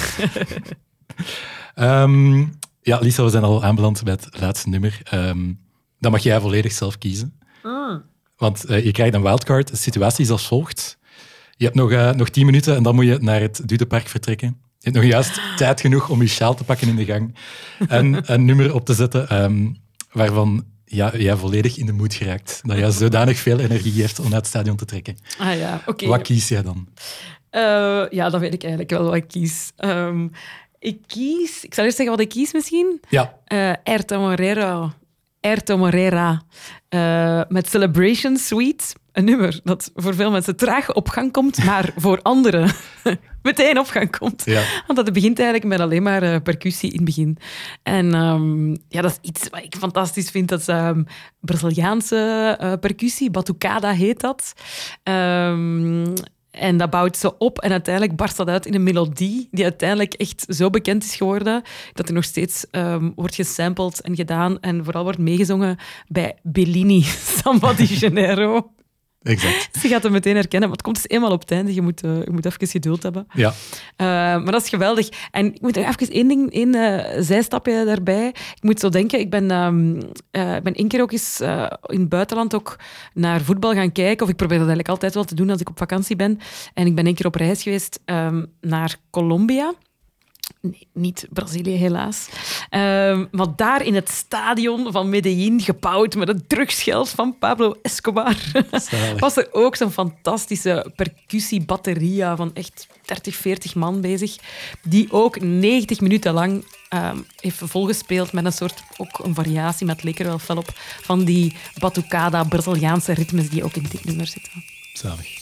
um, ja, Lisa, we zijn al aanbeland bij het laatste nummer. Um, dan mag jij volledig zelf kiezen. Mm. Want uh, je krijgt een wildcard. De situatie is als volgt. Je hebt nog, uh, nog tien minuten en dan moet je naar het Dudepark vertrekken. Je hebt nog juist tijd genoeg om je sjaal te pakken in de gang en een nummer op te zetten um, waarvan ja, jij volledig in de moed geraakt. Dat jij zodanig veel energie heeft om naar het stadion te trekken. Ah ja, oké. Okay. Wat kies jij dan? Uh, ja, dan weet ik eigenlijk wel wat ik kies. Um, ik kies... Ik zal eerst zeggen wat ik kies misschien. Ja. Uh, Erto Morera. Erto Morera. Uh, met Celebration Suite. Een nummer dat voor veel mensen traag op gang komt, maar voor anderen meteen op gang komt. Ja. Want dat begint eigenlijk met alleen maar uh, percussie in het begin. En um, ja, dat is iets wat ik fantastisch vind. Dat is um, Braziliaanse uh, percussie. Batucada heet dat. Um, En dat bouwt zo op en uiteindelijk barst dat uit in een melodie die uiteindelijk echt zo bekend is geworden dat er nog steeds um, wordt gesampled en gedaan en vooral wordt meegezongen bij Bellini, Samba di Janeiro. Exact. Dus je gaat het meteen herkennen, maar het komt dus eenmaal op het einde. Je moet, uh, je moet even geduld hebben. Ja. Uh, maar dat is geweldig. En ik moet nog even één ding, één uh, zijstapje daarbij. Ik moet zo denken, ik ben, um, uh, ik ben één keer ook eens uh, in het buitenland ook naar voetbal gaan kijken. Of ik probeer dat eigenlijk altijd wel te doen als ik op vakantie ben. En ik ben één keer op reis geweest um, naar Colombia. Nee, niet Brazilië, helaas. Um, maar daar in het stadion van Medellín, gebouwd met het drugsgeld van Pablo Escobar, was er ook zo'n fantastische percussiebatteria van echt dertig, veertig man bezig, die ook negentig minuten lang um, heeft volgespeeld met een soort, ook een variatie met lekker wel fel op, van die batucada, Braziliaanse ritmes die ook in dit nummer zitten. Zalig.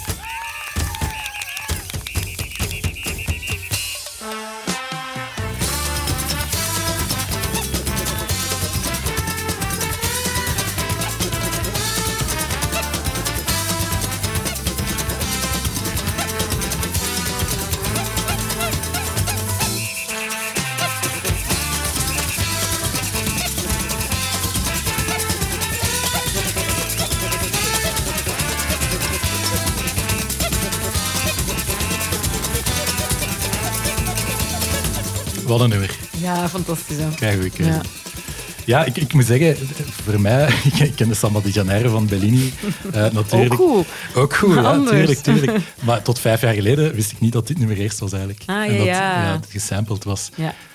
Wat een nummer. Ja, fantastisch. Hè? Kijk, goeie keuze. Ja. Ja, ik, ik moet zeggen, voor mij, ik ken de Samba di Janeiro van Bellini uh, natuurlijk. Ook goed. Ook goed, ja, Anders. tuurlijk, tuurlijk. Maar tot vijf jaar geleden wist ik niet dat dit nummer eerst was eigenlijk. Ah, ja, en dat ja. ja, het gesampled was. Ja.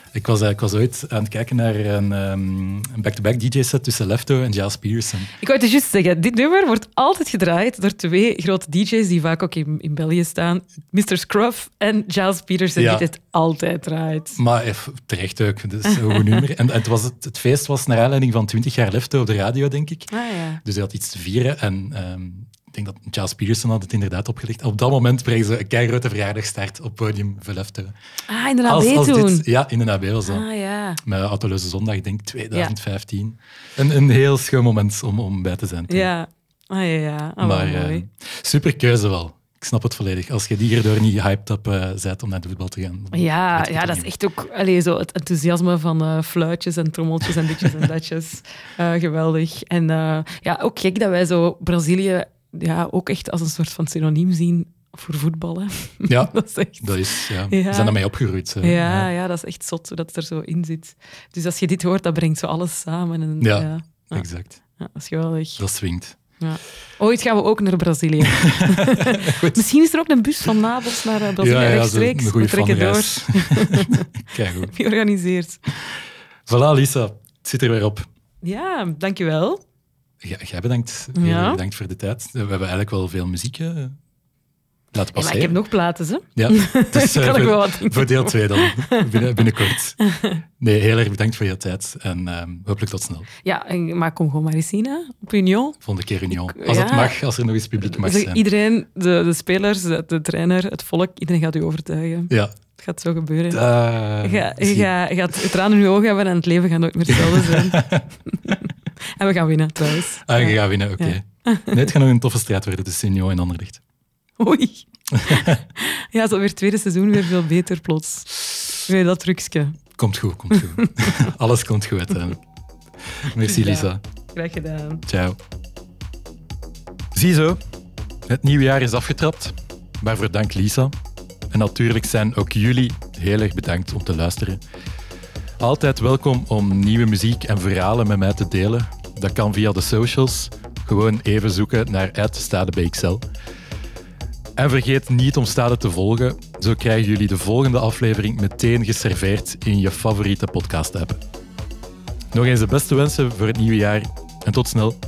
Ik was, ik was ooit aan het kijken naar een, um, een back-to-back D J-set tussen Lefto en Giles Pearson. Ik wou het juist zeggen, dit nummer wordt altijd gedraaid door twee grote D J's die vaak ook in, in België staan. mister Scruff en Giles Peterson, Ja. die dit altijd draait. Maar eff, terecht ook, dat is een goed nummer. En, en het, was het, het feest was naar aanleiding van twintig jaar Lefto op de radio, denk ik. Ah ja. Dus hij had iets te vieren en um, ik denk dat Giles Pearson had het inderdaad opgelicht. Op dat moment brengen ze een keigrote verjaardagstart op het podium voor Lefto. Ah, in de A B Als, als toen. dit, ja, in de A B was dat. Ah ja. Met Autoloze Zondag, ik denk twintig vijftien. Een, een heel schoon moment om, om bij te zijn. toen. Ja. Ah ja, ja. Ah, maar wel uh, mooi. super keuze wel. Ik snap het volledig. Als je die hierdoor niet hyped up uh, bent om naar de voetbal te gaan. dan Ja, weet ik ja het dat is niet. echt ook allee, zo het enthousiasme van uh, fluitjes en trommeltjes en ditjes en datjes. Uh, geweldig. En uh, ja, ook gek dat wij zo Brazilië ja, ook echt als een soort van synoniem zien voor voetbal. Hè. Ja, dat is echt... dat is, ja. Ja. We zijn daarmee opgegroeid. Zo. Ja, ja, dat is echt zot hoe dat het er zo in zit. Dus als je dit hoort, dat brengt zo alles samen. En, Ja, ja, ja, exact. ja, dat is geweldig. Dat swingt. Ja. Ooit gaan we ook naar Brazilië. Misschien is er ook een bus van Napels naar uh, Brazilië Ja, ja, zo rechtstreeks. een goede We trekken door. fanreis. Kijk goed. Wie organiseert? Voilà, Lisa. Het zit er weer op. Ja, dankjewel. Ja, jij bedankt. Heel Ja. erg bedankt voor de tijd. We hebben eigenlijk wel veel muziek uh, laten Ja, passeren. maar ik heb nog platen, hè. Ja, dus Kan uh, ik voor, wel wat dingen voor deel twee dan, binnen, binnenkort. Nee, heel erg bedankt voor je tijd en um, hopelijk tot snel. Ja, en- maar kom gewoon maar eens zien, hè. Op Union. Volgende keer Union. Ik- Als het ja. mag, als er nog eens publiek mag Dus zijn. iedereen, de, de spelers, de, de trainer, het volk, iedereen gaat u overtuigen. Ja. Het gaat zo gebeuren. Uh, Je, ga- je, ga- je gaat tranen in je ogen hebben en het leven gaat nooit meer hetzelfde zijn. En we gaan winnen, trouwens. Ah, je Ja. gaat winnen, oké. Okay. Nee, het gaat nog een toffe strijd worden tussen Union en Anderlecht. Oei. Ja, zo weer het tweede seizoen weer veel beter plots. Weer dat trucje. Komt goed, komt goed. Alles komt goed uiteindelijk. Merci, Ja. Lisa. Graag gedaan. Ciao. Ziezo, het nieuwe jaar is afgetrapt. Waarvoor dank Lisa. En natuurlijk zijn ook jullie heel erg bedankt om te luisteren. Altijd welkom om nieuwe muziek en verhalen met mij te delen. Dat kan via de socials. Gewoon even zoeken naar @stadebxl. En vergeet niet om Stade te volgen. Zo krijgen jullie de volgende aflevering meteen geserveerd in je favoriete podcast-app. Nog eens de beste wensen voor het nieuwe jaar en tot snel.